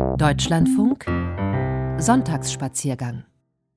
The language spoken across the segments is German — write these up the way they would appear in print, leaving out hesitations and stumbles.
Deutschlandfunk Sonntagsspaziergang.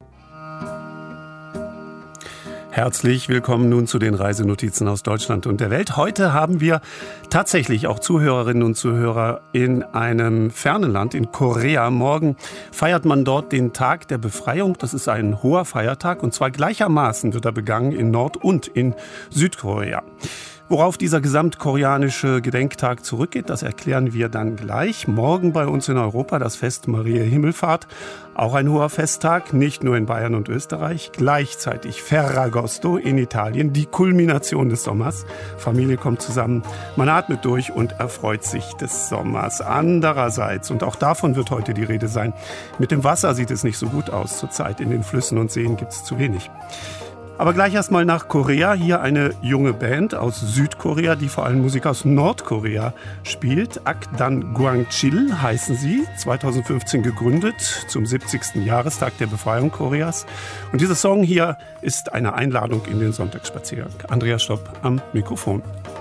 Herzlich willkommen nun zu den Reisenotizen aus Deutschland und der Welt. Heute haben wir tatsächlich auch Zuhörerinnen und Zuhörer in einem fernen Land, in Korea. Morgen feiert man dort den Tag der Befreiung. Das ist ein hoher Feiertag und zwar gleichermaßen wird er begangen in Nord- und in Südkorea. Worauf dieser gesamtkoreanische Gedenktag zurückgeht, das erklären wir dann gleich. Morgen bei uns in Europa das Fest Mariä Himmelfahrt. Auch ein hoher Festtag, nicht nur in Bayern und Österreich. Gleichzeitig Ferragosto in Italien, die Kulmination des Sommers. Familie kommt zusammen, man atmet durch und erfreut sich des Sommers. Andererseits, und auch davon wird heute die Rede sein, mit dem Wasser sieht es nicht so gut aus zurzeit. In den Flüssen und Seen gibt es zu wenig. Aber gleich erstmal nach Korea. Hier eine junge Band aus Südkorea, die vor allem Musik aus Nordkorea spielt. Akdan Gwangchil heißen sie, 2015 gegründet, zum 70. Jahrestag der Befreiung Koreas. Und dieser Song hier ist eine Einladung in den Sonntagsspaziergang. Andreas Stopp am Mikrofon.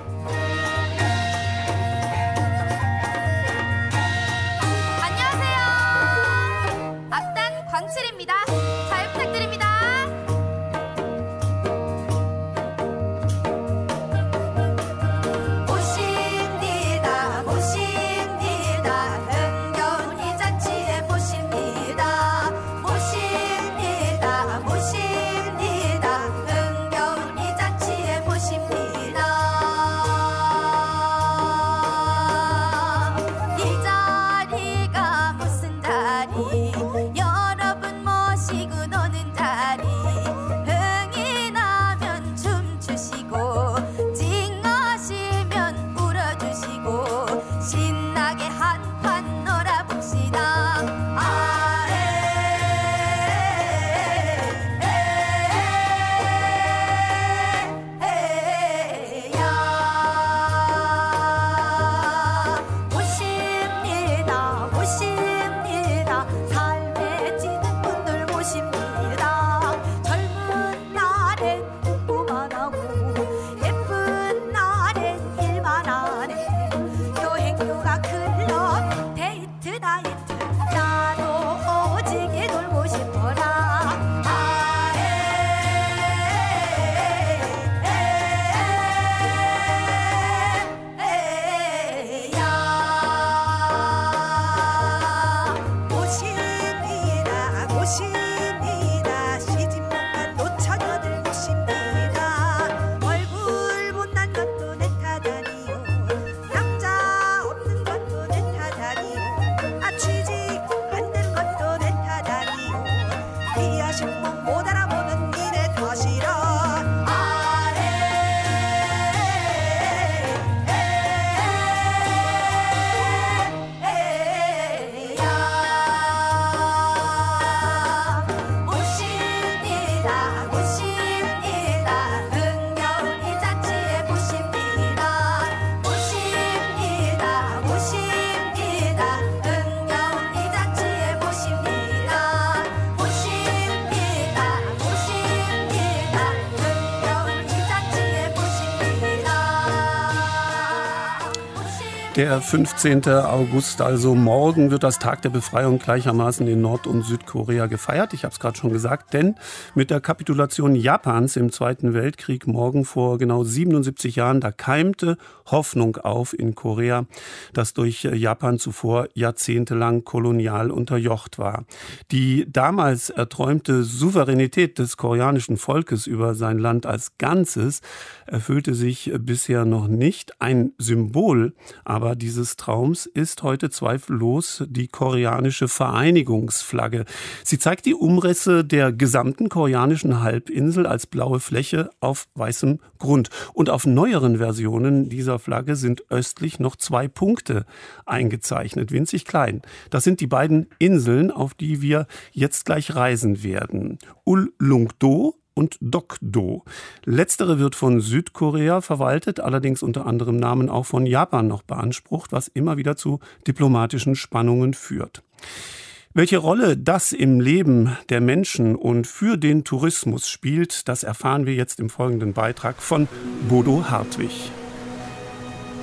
Der 15. August, also morgen, wird das Tag der Befreiung gleichermaßen in Nord- und Südkorea gefeiert. Ich habe es gerade schon gesagt, denn mit der Kapitulation Japans im Zweiten Weltkrieg morgen vor genau 77 Jahren, da keimte Hoffnung auf in Korea, das durch Japan zuvor jahrzehntelang kolonial unterjocht war. Die damals erträumte Souveränität des koreanischen Volkes über sein Land als Ganzes erfüllte sich bisher noch nicht. Ein Symbol aber dieses Traums ist heute zweifellos die koreanische Vereinigungsflagge. Sie zeigt die Umrisse der gesamten koreanischen Halbinsel als blaue Fläche auf weißem Grund. Und auf neueren Versionen dieser Flagge sind östlich noch 2 Punkte eingezeichnet, winzig klein. Das sind die beiden Inseln, auf die wir jetzt gleich reisen werden. Ullungdo und Dokdo. Letztere wird von Südkorea verwaltet, allerdings unter anderem Namen auch von Japan noch beansprucht, was immer wieder zu diplomatischen Spannungen führt. Welche Rolle das im Leben der Menschen und für den Tourismus spielt, das erfahren wir jetzt im folgenden Beitrag von Bodo Hartwig.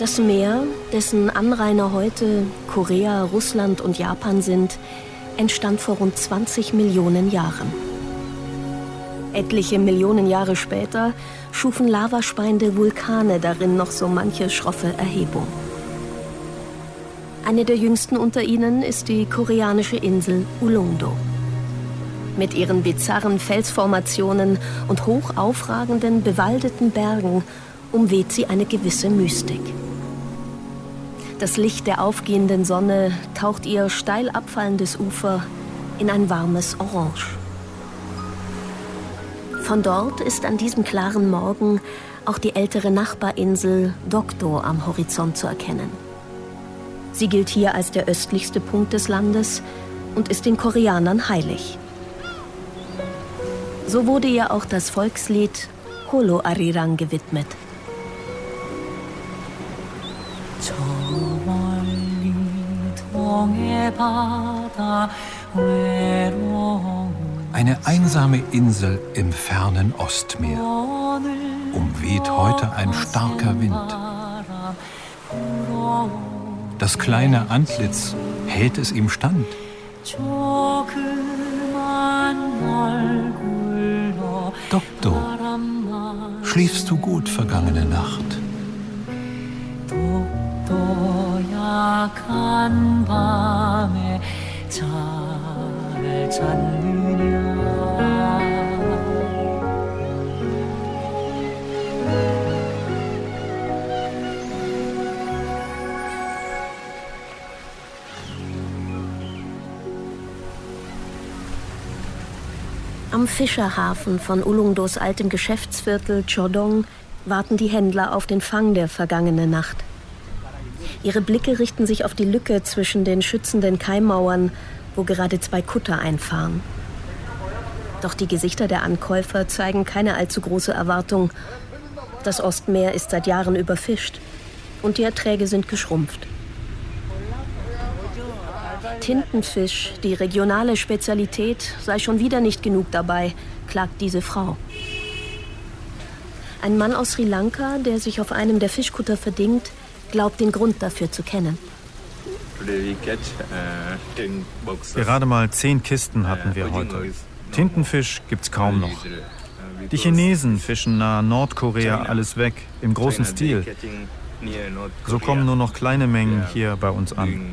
Das Meer, dessen Anrainer heute Korea, Russland und Japan sind, entstand vor rund 20 Millionen Jahren. Etliche Millionen Jahre später schufen lavaspeiende Vulkane darin noch so manche schroffe Erhebung. Eine der jüngsten unter ihnen ist die koreanische Insel Ulleungdo. Mit ihren bizarren Felsformationen und hoch aufragenden, bewaldeten Bergen umweht sie eine gewisse Mystik. Das Licht der aufgehenden Sonne taucht ihr steil abfallendes Ufer in ein warmes Orange. Von dort ist an diesem klaren Morgen auch die ältere Nachbarinsel Dokdo am Horizont zu erkennen. Sie gilt hier als der östlichste Punkt des Landes und ist den Koreanern heilig. So wurde ihr auch das Volkslied Holo Arirang gewidmet. Eine einsame Insel im fernen Ostmeer. Umweht heute ein starker Wind. Das kleine Antlitz, hält es ihm stand? Dokdo, schliefst du gut vergangene Nacht? Am Fischerhafen von Ulleungdos altem Geschäftsviertel Chodong warten die Händler auf den Fang der vergangenen Nacht. Ihre Blicke richten sich auf die Lücke zwischen den schützenden Kaimmauern, wo gerade 2 Kutter einfahren. Doch die Gesichter der Ankäufer zeigen keine allzu große Erwartung. Das Ostmeer ist seit Jahren überfischt und die Erträge sind geschrumpft. Tintenfisch, die regionale Spezialität, sei schon wieder nicht genug dabei, klagt diese Frau. Ein Mann aus Sri Lanka, der sich auf einem der Fischkutter verdingt, glaubt den Grund dafür zu kennen. Gerade mal 10 Kisten hatten wir heute. Tintenfisch gibt's kaum noch. Die Chinesen fischen nahe Nordkorea alles weg, im großen Stil. So kommen nur noch kleine Mengen hier bei uns an.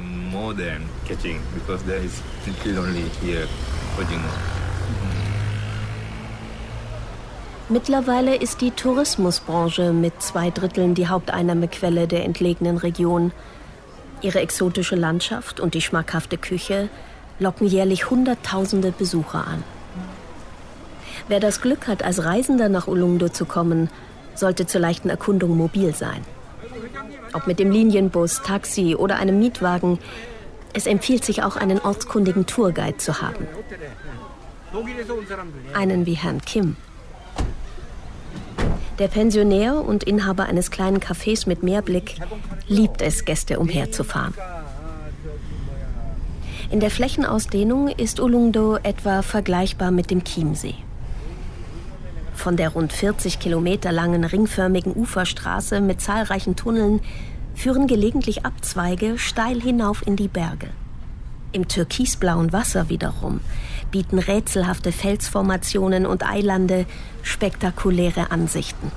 Mittlerweile ist die Tourismusbranche mit 2/3 die Haupteinnahmequelle der entlegenen Region. Ihre exotische Landschaft und die schmackhafte Küche locken jährlich Hunderttausende Besucher an. Wer das Glück hat, als Reisender nach Ulleungdo zu kommen, sollte zur leichten Erkundung mobil sein. Ob mit dem Linienbus, Taxi oder einem Mietwagen, es empfiehlt sich auch, einen ortskundigen Tourguide zu haben. Einen wie Herrn Kim. Der Pensionär und Inhaber eines kleinen Cafés mit Meerblick liebt es, Gäste umherzufahren. In der Flächenausdehnung ist Ulleungdo etwa vergleichbar mit dem Chiemsee. Von der rund 40 Kilometer langen ringförmigen Uferstraße mit zahlreichen Tunneln führen gelegentlich Abzweige steil hinauf in die Berge. Im türkisblauen Wasser wiederum bieten rätselhafte Felsformationen und Eilande spektakuläre Ansichten.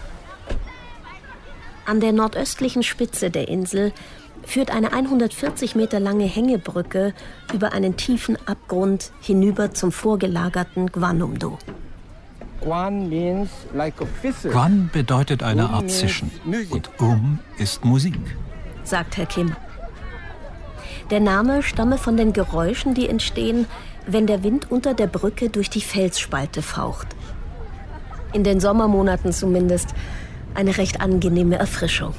An der nordöstlichen Spitze der Insel führt eine 140 Meter lange Hängebrücke über einen tiefen Abgrund hinüber zum vorgelagerten Gwanumdo. Gwan bedeutet eine Art Zischen und ist Musik, sagt Herr Kim. Der Name stamme von den Geräuschen, die entstehen, wenn der Wind unter der Brücke durch die Felsspalte faucht. In den Sommermonaten zumindest eine recht angenehme Erfrischung.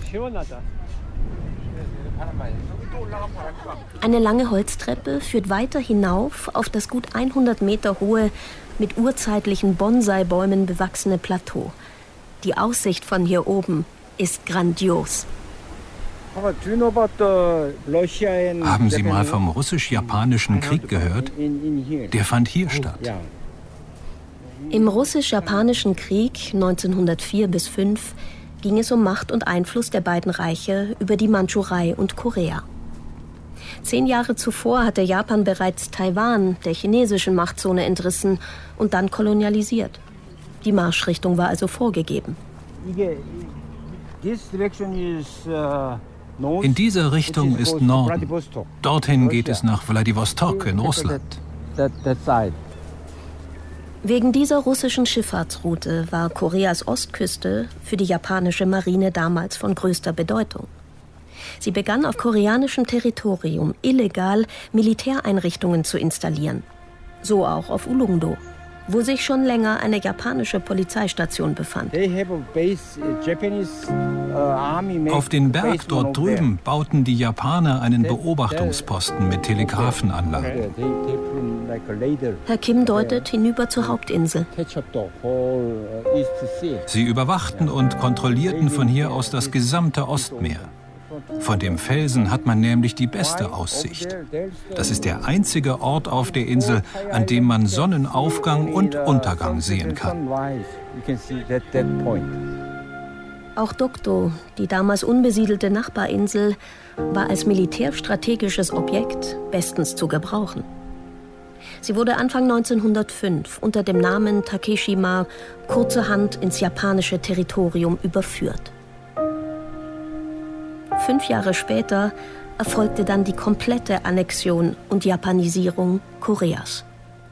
Eine lange Holztreppe führt weiter hinauf auf das gut 100 Meter hohe, mit urzeitlichen Bonsai-Bäumen bewachsene Plateau. Die Aussicht von hier oben ist grandios. Haben Sie mal vom russisch-japanischen Krieg gehört? Der fand hier statt. Im russisch-japanischen Krieg 1904 bis 5 ging es um Macht und Einfluss der beiden Reiche über die Mandschurei und Korea. 10 Jahre zuvor hatte Japan bereits Taiwan der chinesischen Machtzone entrissen und dann kolonialisiert. Die Marschrichtung war also vorgegeben. In dieser Richtung ist Norden. Dorthin geht es nach Wladiwostok in Russland. Wegen dieser russischen Schifffahrtsroute war Koreas Ostküste für die japanische Marine damals von größter Bedeutung. Sie begann auf koreanischem Territorium illegal Militäreinrichtungen zu installieren. So auch auf Ulleungdo, wo sich schon länger eine japanische Polizeistation befand. Auf den Berg dort drüben bauten die Japaner einen Beobachtungsposten mit Telegrafenanlage. Herr Kim deutet hinüber zur Hauptinsel. Sie überwachten und kontrollierten von hier aus das gesamte Ostmeer. Von dem Felsen hat man nämlich die beste Aussicht. Das ist der einzige Ort auf der Insel, an dem man Sonnenaufgang und Untergang sehen kann. Auch Dokdo, die damals unbesiedelte Nachbarinsel, war als militärstrategisches Objekt bestens zu gebrauchen. Sie wurde Anfang 1905 unter dem Namen Takeshima kurzerhand ins japanische Territorium überführt. 5 Jahre später erfolgte dann die komplette Annexion und Japanisierung Koreas.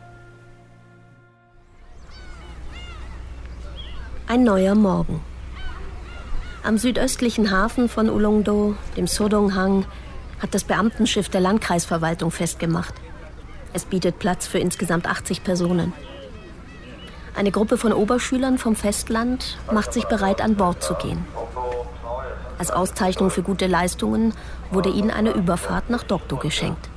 Ein neuer Morgen. Am südöstlichen Hafen von Ulleungdo, dem Sodong-hang, hat das Beamtenschiff der Landkreisverwaltung festgemacht. Es bietet Platz für insgesamt 80 Personen. Eine Gruppe von Oberschülern vom Festland macht sich bereit, an Bord zu gehen. Als Auszeichnung für gute Leistungen wurde ihnen eine Überfahrt nach Dokdo geschenkt.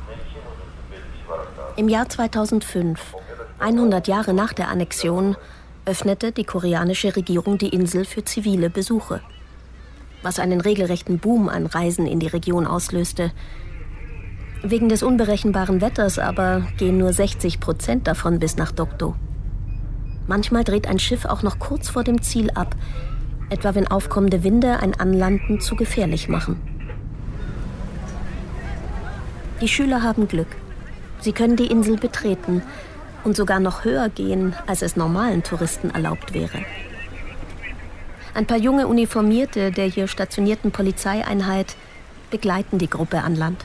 Im Jahr 2005, 100 Jahre nach der Annexion, öffnete die koreanische Regierung die Insel für zivile Besuche, was einen regelrechten Boom an Reisen in die Region auslöste. Wegen des unberechenbaren Wetters aber gehen nur 60% davon bis nach Dokdo. Manchmal dreht ein Schiff auch noch kurz vor dem Ziel ab, etwa wenn aufkommende Winde ein Anlanden zu gefährlich machen. Die Schüler haben Glück. Sie können die Insel betreten und sogar noch höher gehen, als es normalen Touristen erlaubt wäre. Ein paar junge Uniformierte der hier stationierten Polizeieinheit begleiten die Gruppe an Land.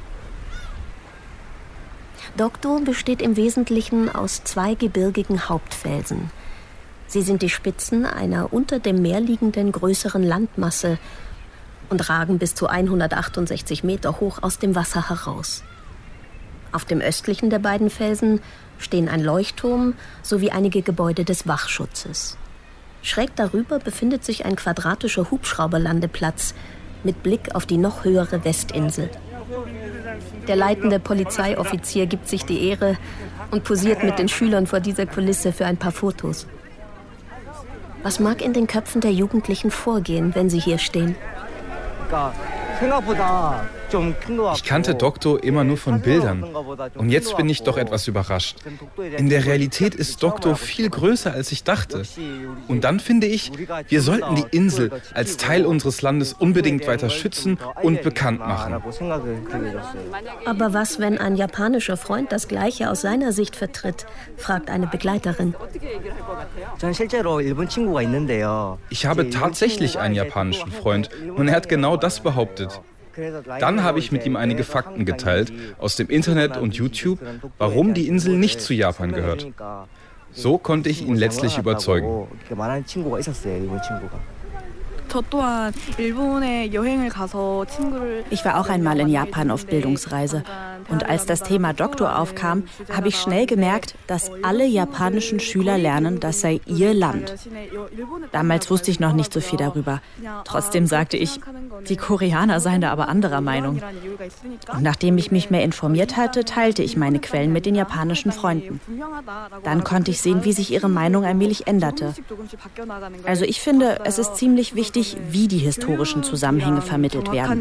Dokdo besteht im Wesentlichen aus 2 gebirgigen Hauptfelsen. Sie sind die Spitzen einer unter dem Meer liegenden größeren Landmasse und ragen bis zu 168 Meter hoch aus dem Wasser heraus. Auf dem östlichen der beiden Felsen stehen ein Leuchtturm sowie einige Gebäude des Wachschutzes. Schräg darüber befindet sich ein quadratischer Hubschrauberlandeplatz mit Blick auf die noch höhere Westinsel. Der leitende Polizeioffizier gibt sich die Ehre und posiert mit den Schülern vor dieser Kulisse für ein paar Fotos. Was mag in den Köpfen der Jugendlichen vorgehen, wenn sie hier stehen? Ich kannte Dokdo immer nur von Bildern. Und jetzt bin ich doch etwas überrascht. In der Realität ist Dokdo viel größer, als ich dachte. Und dann finde ich, wir sollten die Insel als Teil unseres Landes unbedingt weiter schützen und bekannt machen. Aber was, wenn ein japanischer Freund das Gleiche aus seiner Sicht vertritt, fragt eine Begleiterin. Ich habe tatsächlich einen japanischen Freund und er hat genau das behauptet. Dann habe ich mit ihm einige Fakten geteilt aus dem Internet und YouTube, warum die Insel nicht zu Japan gehört. So konnte ich ihn letztlich überzeugen. Ich war auch einmal in Japan auf Bildungsreise. Und als das Thema Dokdo aufkam, habe ich schnell gemerkt, dass alle japanischen Schüler lernen, das sei ihr Land. Damals wusste ich noch nicht so viel darüber. Trotzdem sagte ich, die Koreaner seien da aber anderer Meinung. Und nachdem ich mich mehr informiert hatte, teilte ich meine Quellen mit den japanischen Freunden. Dann konnte ich sehen, wie sich ihre Meinung allmählich änderte. Also ich finde, es ist ziemlich wichtig, wie die historischen Zusammenhänge vermittelt werden.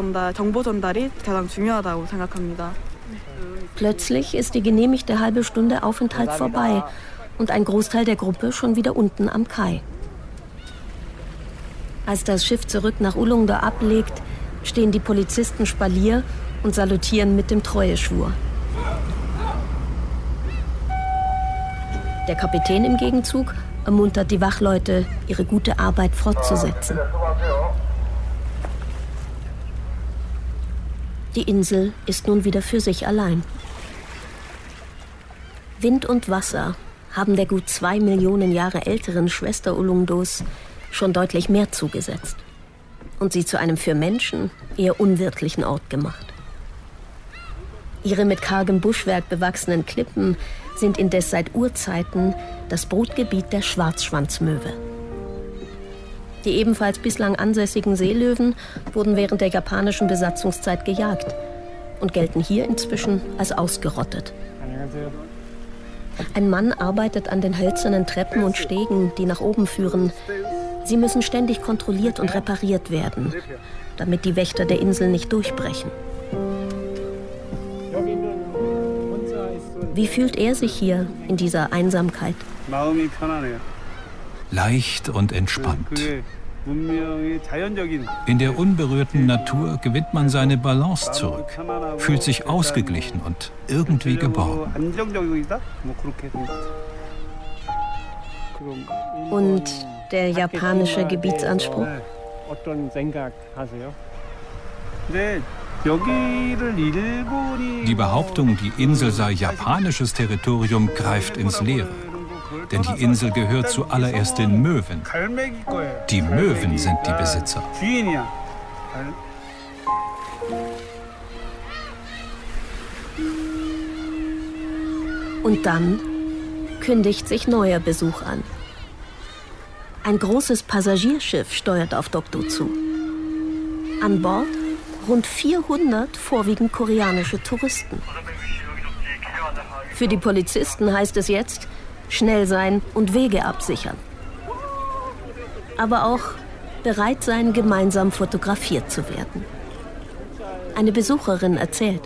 Plötzlich ist die genehmigte halbe Stunde Aufenthalt vorbei und ein Großteil der Gruppe schon wieder unten am Kai. Als das Schiff zurück nach Ulungdo ablegt, stehen die Polizisten Spalier und salutieren mit dem Treueschwur. Der Kapitän im Gegenzug ermuntert die Wachleute, ihre gute Arbeit fortzusetzen. Die Insel ist nun wieder für sich allein. Wind und Wasser haben der gut 2 Millionen Jahre älteren Schwester Ulungdos schon deutlich mehr zugesetzt und sie zu einem für Menschen eher unwirtlichen Ort gemacht. Ihre mit kargem Buschwerk bewachsenen Klippen sind indes seit Urzeiten das Brutgebiet der Schwarzschwanzmöwe. Die ebenfalls bislang ansässigen Seelöwen wurden während der japanischen Besatzungszeit gejagt und gelten hier inzwischen als ausgerottet. Ein Mann arbeitet an den hölzernen Treppen und Stegen, die nach oben führen. Sie müssen ständig kontrolliert und repariert werden, damit die Wächter der Insel nicht durchbrechen. Wie fühlt er sich hier in dieser Einsamkeit? Leicht und entspannt. In der unberührten Natur gewinnt man seine Balance zurück, fühlt sich ausgeglichen und irgendwie geborgen. Und der japanische Gebietsanspruch? Die Behauptung, die Insel sei japanisches Territorium, greift ins Leere. Denn die Insel gehört zuallererst den Möwen. Die Möwen sind die Besitzer. Und dann kündigt sich neuer Besuch an. Ein großes Passagierschiff steuert auf Dokdo zu. An Bord rund 400 vorwiegend koreanische Touristen. Für die Polizisten heißt es jetzt, schnell sein und Wege absichern. Aber auch bereit sein, gemeinsam fotografiert zu werden. Eine Besucherin erzählt: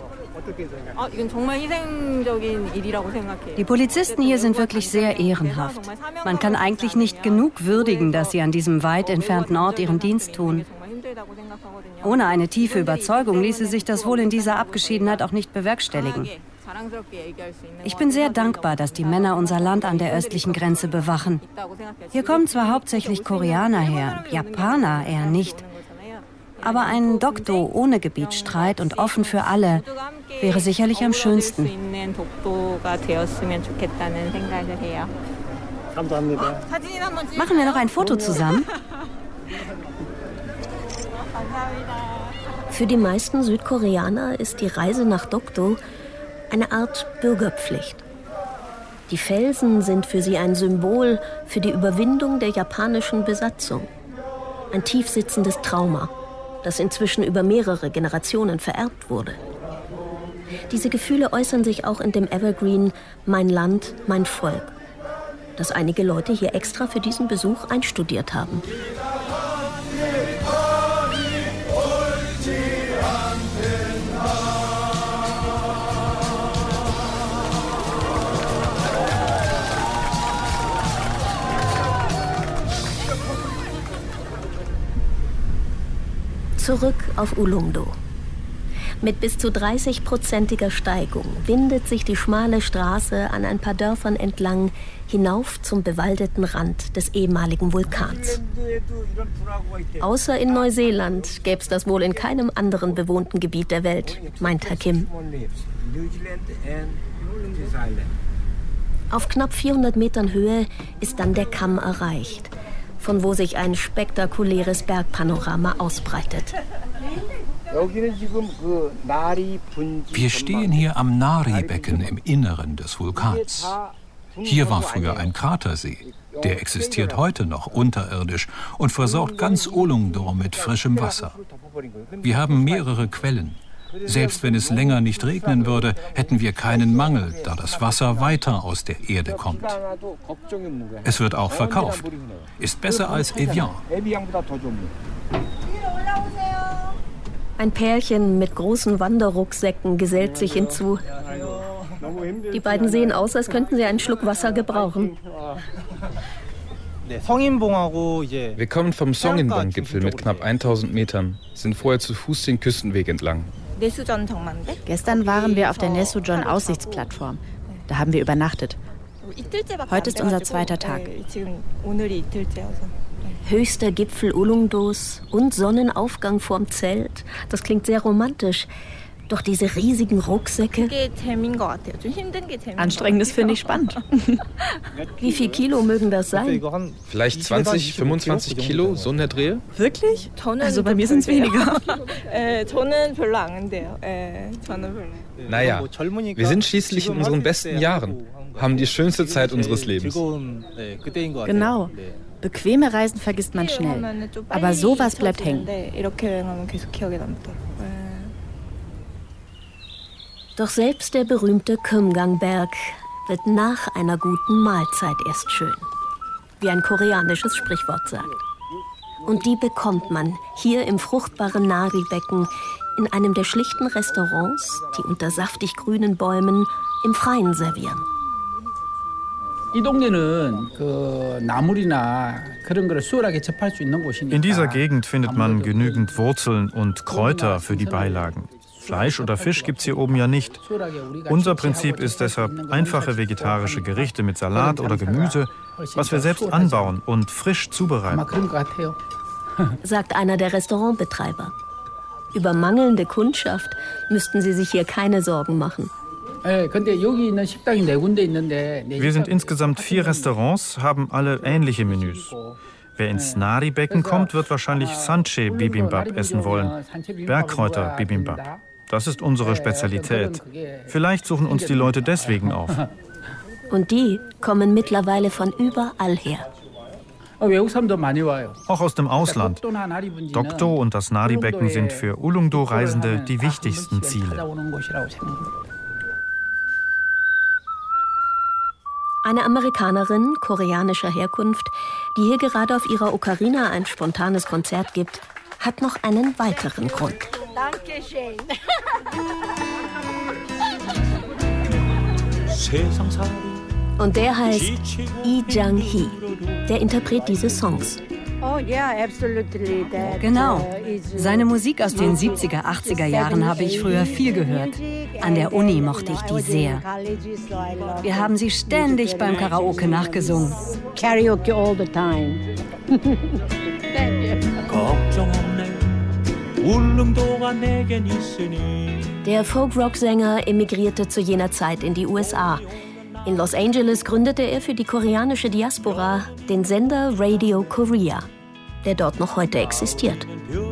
Die Polizisten hier sind wirklich sehr ehrenhaft. Man kann eigentlich nicht genug würdigen, dass sie an diesem weit entfernten Ort ihren Dienst tun. Ohne eine tiefe Überzeugung ließe sich das wohl in dieser Abgeschiedenheit auch nicht bewerkstelligen. Ich bin sehr dankbar, dass die Männer unser Land an der östlichen Grenze bewachen. Hier kommen zwar hauptsächlich Koreaner her, Japaner eher nicht. Aber ein Dokdo ohne Gebietsstreit und offen für alle wäre sicherlich am schönsten. Machen wir noch ein Foto zusammen? Für die meisten Südkoreaner ist die Reise nach Dokdo eine Art Bürgerpflicht. Die Felsen sind für sie ein Symbol für die Überwindung der japanischen Besatzung. Ein tiefsitzendes Trauma, das inzwischen über mehrere Generationen vererbt wurde. Diese Gefühle äußern sich auch in dem Evergreen Mein Land, mein Volk, das einige Leute hier extra für diesen Besuch einstudiert haben. Zurück auf Ulungdo. Mit bis zu 30%iger Steigung windet sich die schmale Straße an ein paar Dörfern entlang hinauf zum bewaldeten Rand des ehemaligen Vulkans. Außer in Neuseeland gäbe es das wohl in keinem anderen bewohnten Gebiet der Welt, meint Hakim. Auf knapp 400 Metern Höhe ist dann der Kamm erreicht, von wo sich ein spektakuläres Bergpanorama ausbreitet. Wir stehen hier am Nari-Becken im Inneren des Vulkans. Hier war früher ein Kratersee. Der existiert heute noch unterirdisch und versorgt ganz Ulungdo mit frischem Wasser. Wir haben mehrere Quellen. Selbst wenn es länger nicht regnen würde, hätten wir keinen Mangel, da das Wasser weiter aus der Erde kommt. Es wird auch verkauft. Ist besser als Evian. Ein Pärchen mit großen Wanderrucksäcken gesellt sich hinzu. Die beiden sehen aus, als könnten sie einen Schluck Wasser gebrauchen. Wir kommen vom Songinbang-Gipfel mit knapp 1000 Metern, sind vorher zu Fuß den Küstenweg entlang. Gestern waren wir auf der Nesujon-Aussichtsplattform. Da haben wir übernachtet. Heute ist unser zweiter Tag. Höchster Gipfel Ulungdos und Sonnenaufgang vorm Zelt. Das klingt sehr romantisch. Doch diese riesigen Rucksäcke. Anstrengendes finde ich spannend. Wie viel Kilo mögen das sein? Vielleicht 20, 25 Kilo, so in der Drehe? Wirklich? Also bei mir sind es weniger. Naja, wir sind schließlich in unseren besten Jahren, haben die schönste Zeit unseres Lebens. Genau. Bequeme Reisen vergisst man schnell. Aber sowas bleibt hängen. Doch selbst der berühmte Kumgang-Berg wird nach einer guten Mahlzeit erst schön. Wie ein koreanisches Sprichwort sagt. Und die bekommt man hier im fruchtbaren Nari-Becken in einem der schlichten Restaurants, die unter saftig grünen Bäumen im Freien servieren. In dieser Gegend findet man genügend Wurzeln und Kräuter für die Beilagen. Fleisch oder Fisch gibt's hier oben ja nicht. Unser Prinzip ist deshalb einfache vegetarische Gerichte mit Salat oder Gemüse, was wir selbst anbauen und frisch zubereiten. Sagt einer der Restaurantbetreiber. Über mangelnde Kundschaft müssten sie sich hier keine Sorgen machen. Wir sind insgesamt 4 Restaurants, haben alle ähnliche Menüs. Wer ins Nari-Becken kommt, wird wahrscheinlich Sanche Bibimbap essen wollen. Bergkräuter Bibimbap. Das ist unsere Spezialität. Vielleicht suchen uns die Leute deswegen auf. Und die kommen mittlerweile von überall her. Auch aus dem Ausland. Dokdo und das Nari-Becken sind für Ulungdo-Reisende die wichtigsten Ziele. Eine Amerikanerin koreanischer Herkunft, die hier gerade auf ihrer Ocarina ein spontanes Konzert gibt, hat noch einen weiteren Grund. Dankeschön. Und der heißt Lee Jang-hee, der Interpret dieses Songs. Genau. Seine Musik aus den 70er, 80er Jahren habe ich früher viel gehört. An der Uni mochte ich die sehr. Wir haben sie ständig beim Karaoke nachgesungen. Karaoke all the time. Der Folk-Rock-Sänger emigrierte zu jener Zeit in die USA. In Los Angeles gründete er für die koreanische Diaspora den Sender Radio Korea, der dort noch heute existiert.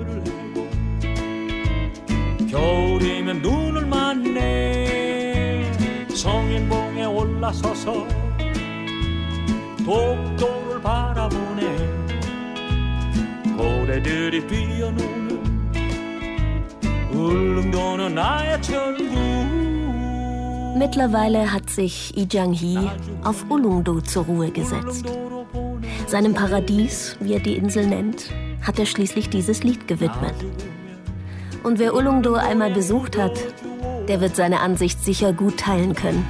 Mittlerweile hat sich Lee Jang-hee auf Ulungdo zur Ruhe gesetzt. Seinem Paradies, wie er die Insel nennt, hat er schließlich dieses Lied gewidmet. Und wer Ulungdo einmal besucht hat, der wird seine Ansicht sicher gut teilen können.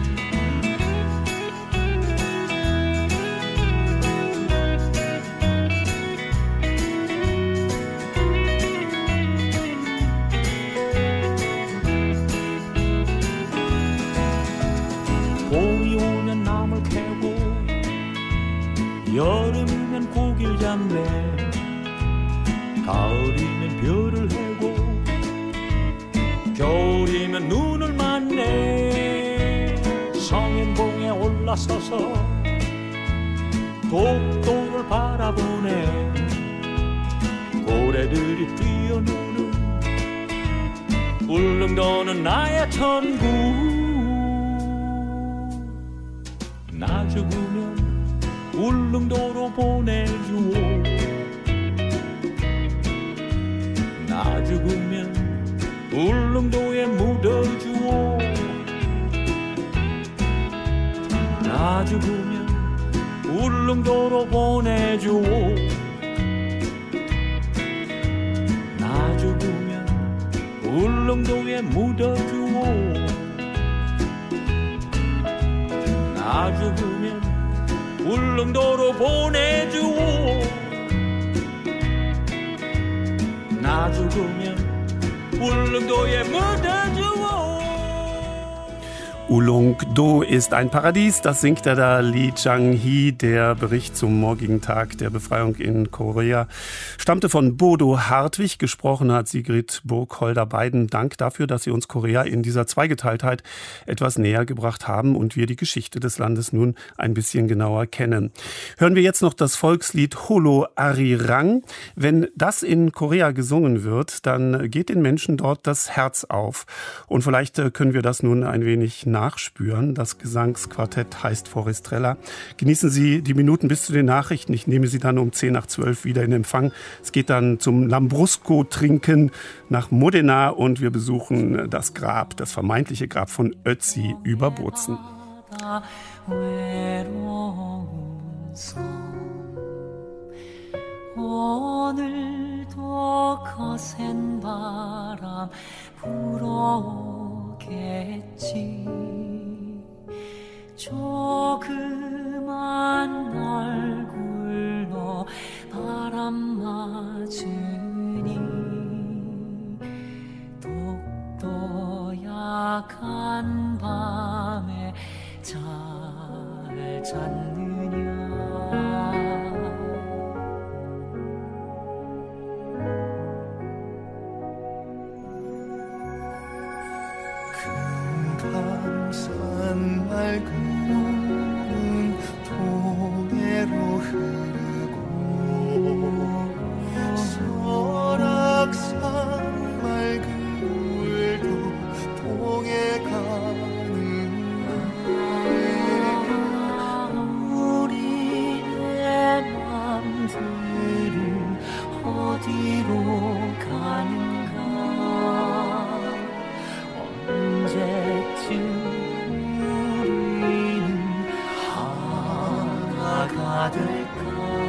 여름이면 고기를 잡네 가을이면 별을 해고 겨울이면 눈을 맞네 성인봉에 올라서서 독도를 바라보네 고래들이 뛰어노는 울릉도는 나의 천국 나 죽으면 울릉도로 보내주오 나 죽으면 울릉도에 묻어주오 나 죽으면 울릉도로 보내주오 나 죽으면 울릉도에 묻어주오 나 죽으면 울릉도로 보내주오 나 죽으면 울릉도에 묻어주오. Ulleung-do ist ein Paradies, das singt da Lee Chang-hee. Der Bericht zum morgigen Tag der Befreiung in Korea stammte von Bodo Hartwig. Gesprochen hat Sigrid Burgholder. Beiden Dank dafür, dass Sie uns Korea in dieser Zweigeteiltheit etwas näher gebracht haben und wir die Geschichte des Landes nun ein bisschen genauer kennen. Hören wir jetzt noch das Volkslied Holo Arirang. Wenn das in Korea gesungen wird, dann geht den Menschen dort das Herz auf. Und vielleicht können wir das nun ein wenig nachspüren. Das Gesangsquartett heißt Forestrella. Genießen Sie die Minuten bis zu den Nachrichten. Ich nehme Sie dann um 10:10 wieder in Empfang. Es geht dann zum Lambrusco-Trinken nach Modena und wir besuchen das Grab, das vermeintliche Grab von Ötzi über Bozen. 오늘도 거센 바람 불어오겠지 조그만 얼굴로 바람 맞으니 독도 약한 밤에 잘 잤느냐 금강산 맑은 동해로 흐르고 설악산 맑은 물도 동해 가는데 우리의 맘들은 어디로 가는가 언제쯤 우리는 하나가 될까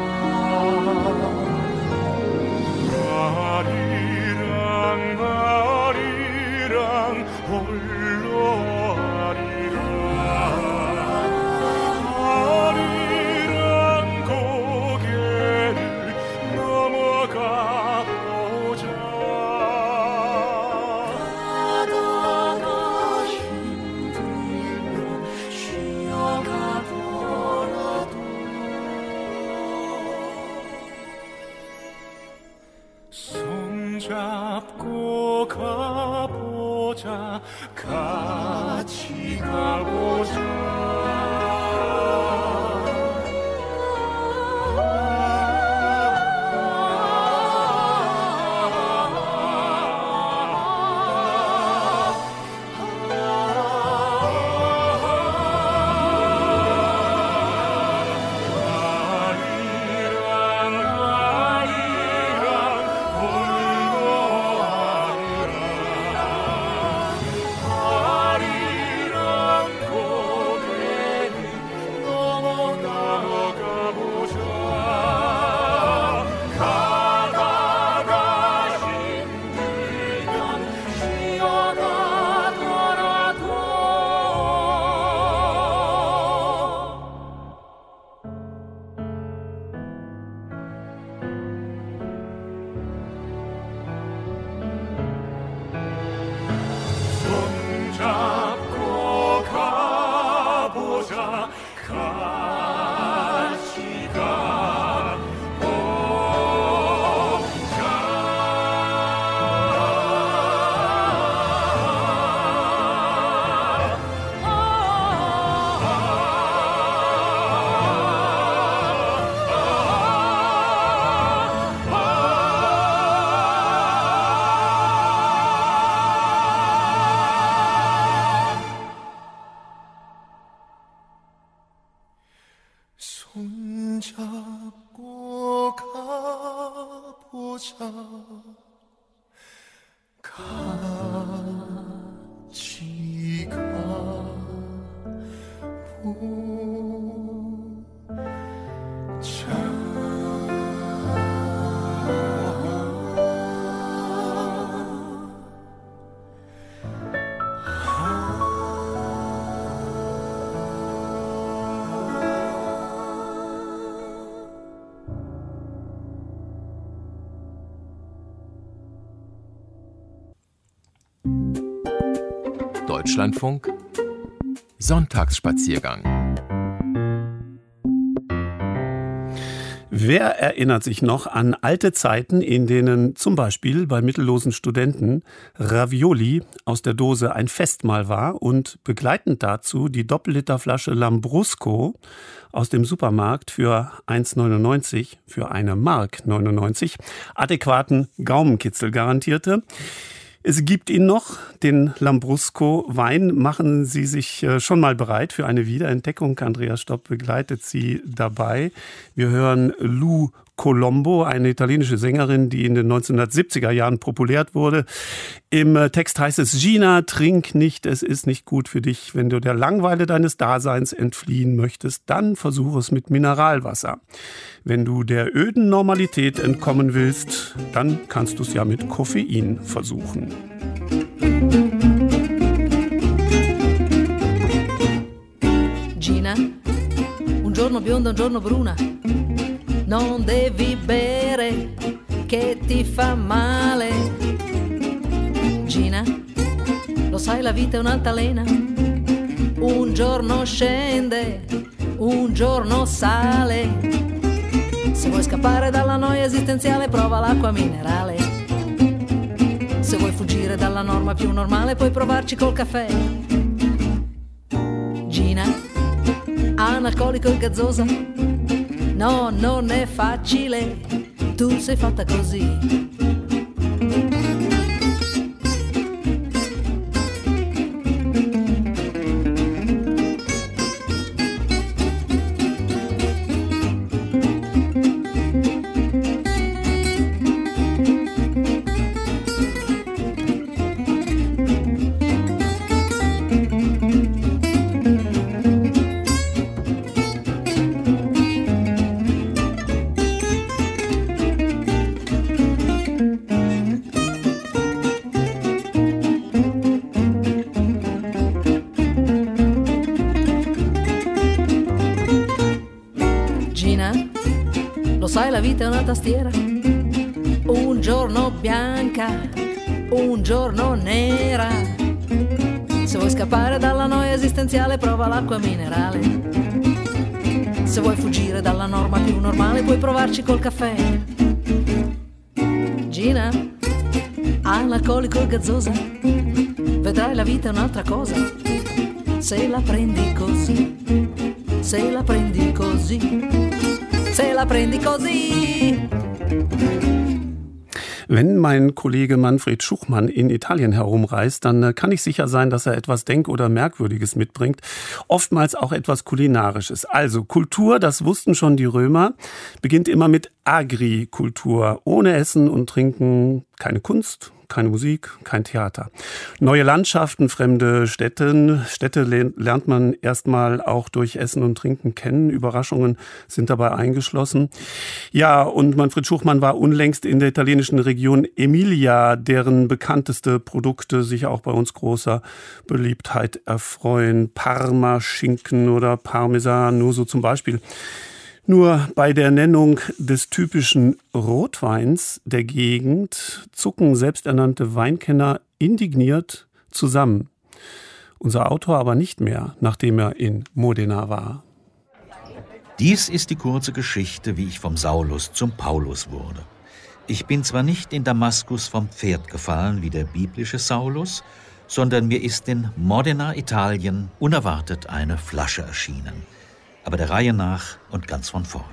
아리랑 아리랑 홀로 아리랑 아리랑 고개를 넘어가 보자 잡고 가보자 같이 가보자 손잡고 가보자 같이 가보자 Deutschlandfunk Sonntagsspaziergang. Wer erinnert sich noch an alte Zeiten, in denen zum Beispiel bei mittellosen Studenten Ravioli aus der Dose ein Festmahl war und begleitend dazu die Doppelliterflasche Lambrusco aus dem Supermarkt für 1,99, für 1,99 Mark adäquaten Gaumenkitzel garantierte? Es gibt ihn noch, den Lambrusco-Wein. Machen Sie sich schon mal bereit für eine Wiederentdeckung. Andreas Stopp begleitet Sie dabei. Wir hören Lou Colombo, eine italienische Sängerin, die in den 1970er Jahren populär wurde. Im Text heißt es: Gina, trink nicht, es ist nicht gut für dich. Wenn du der Langeweile deines Daseins entfliehen möchtest, dann versuche es mit Mineralwasser. Wenn du der öden Normalität entkommen willst, dann kannst du es ja mit Koffein versuchen. Gina, un giorno bionda, un giorno bruna. Non devi bere, che ti fa male. Gina, lo sai, la vita è un'altalena. Un giorno scende, un giorno sale. Se vuoi scappare dalla noia esistenziale, prova l'acqua minerale. Se vuoi fuggire dalla norma più normale, puoi provarci col caffè. Gina, analcolico e gazzosa. No, non è facile, tu sei fatta così. La vita è una tastiera, un giorno bianca, un giorno nera. Se vuoi scappare dalla noia esistenziale, prova l'acqua minerale. Se vuoi fuggire dalla norma più normale, puoi provarci col caffè. Gina, analcolico e gazzosa, vedrai la vita è un'altra cosa. Se la prendi così, se la prendi così. Se la prendi così. Wenn mein Kollege Manfred Schuchmann in Italien herumreist, dann kann ich sicher sein, dass er etwas Denk- oder Merkwürdiges mitbringt. Oftmals auch etwas Kulinarisches. Also Kultur, das wussten schon die Römer, beginnt immer mit Agrikultur. Ohne Essen und Trinken keine Kunst, keine Musik, kein Theater. Neue Landschaften, fremde Städte lernt man erstmal auch durch Essen und Trinken kennen. Überraschungen sind dabei eingeschlossen. Ja, und Manfred Schuchmann war unlängst in der italienischen Region Emilia, deren bekannteste Produkte sich auch bei uns großer Beliebtheit erfreuen. Parma-Schinken oder Parmesan, nur so zum Beispiel. Nur bei der Nennung des typischen Rotweins der Gegend zucken selbsternannte Weinkenner indigniert zusammen. Unser Autor aber nicht mehr, nachdem er in Modena war. Dies ist die kurze Geschichte, wie ich vom Saulus zum Paulus wurde. Ich bin zwar nicht in Damaskus vom Pferd gefallen wie der biblische Saulus, sondern mir ist in Modena, Italien, unerwartet eine Flasche erschienen. Aber der Reihe nach und ganz von vorn.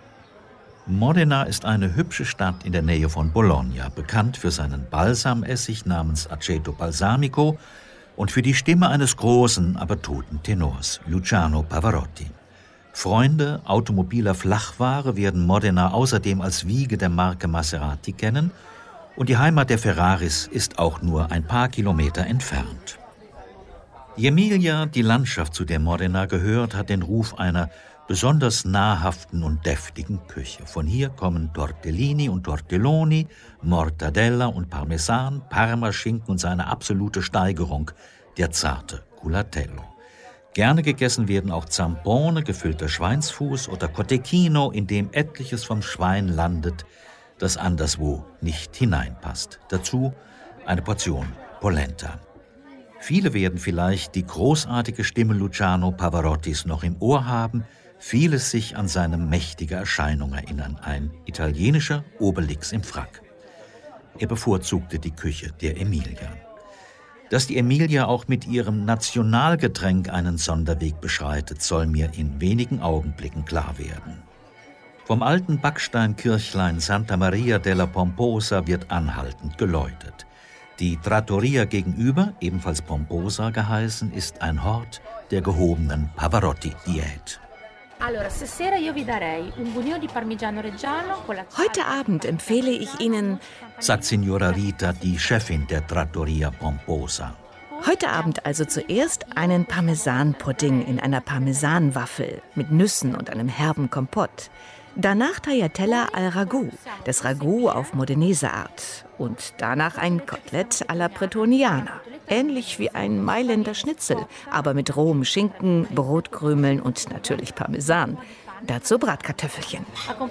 Modena ist eine hübsche Stadt in der Nähe von Bologna, bekannt für seinen Balsamessig namens Aceto Balsamico und für die Stimme eines großen, aber toten Tenors, Luciano Pavarotti. Freunde automobiler Flachware werden Modena außerdem als Wiege der Marke Maserati kennen und die Heimat der Ferraris ist auch nur ein paar Kilometer entfernt. Die Emilia, die Landschaft, zu der Modena gehört, hat den Ruf einer besonders nahrhaften und deftigen Küche. Von hier kommen Tortellini und Tortelloni, Mortadella und Parmesan, Parmaschinken und seine absolute Steigerung, der zarte Culatello. Gerne gegessen werden auch Zampone, gefüllter Schweinsfuß oder Cotechino, in dem etliches vom Schwein landet, das anderswo nicht hineinpasst. Dazu eine Portion Polenta. Viele werden vielleicht die großartige Stimme Luciano Pavarottis noch im Ohr haben, vieles sich an seine mächtige Erscheinung erinnern, ein italienischer Obelix im Frack. Er bevorzugte die Küche der Emilia. Dass die Emilia auch mit ihrem Nationalgetränk einen Sonderweg beschreitet, soll mir in wenigen Augenblicken klar werden. Vom alten Backsteinkirchlein Santa Maria della Pomposa wird anhaltend geläutet. Die Trattoria gegenüber, ebenfalls Pomposa geheißen, ist ein Hort der gehobenen Pavarotti-Diät. Heute Abend empfehle ich Ihnen, sagt Signora Rita, die Chefin der Trattoria Pomposa. Heute Abend also zuerst einen Parmesanpudding in einer Parmesanwaffel mit Nüssen und einem herben Kompott. Danach Tagliatella al Ragout, das Ragout auf Modenese-Art. Und danach ein Kotelett alla Bretoniana, ähnlich wie ein Mailänder Schnitzel, aber mit rohem Schinken, Brotkrümeln und natürlich Parmesan. Dazu Bratkartoffelchen.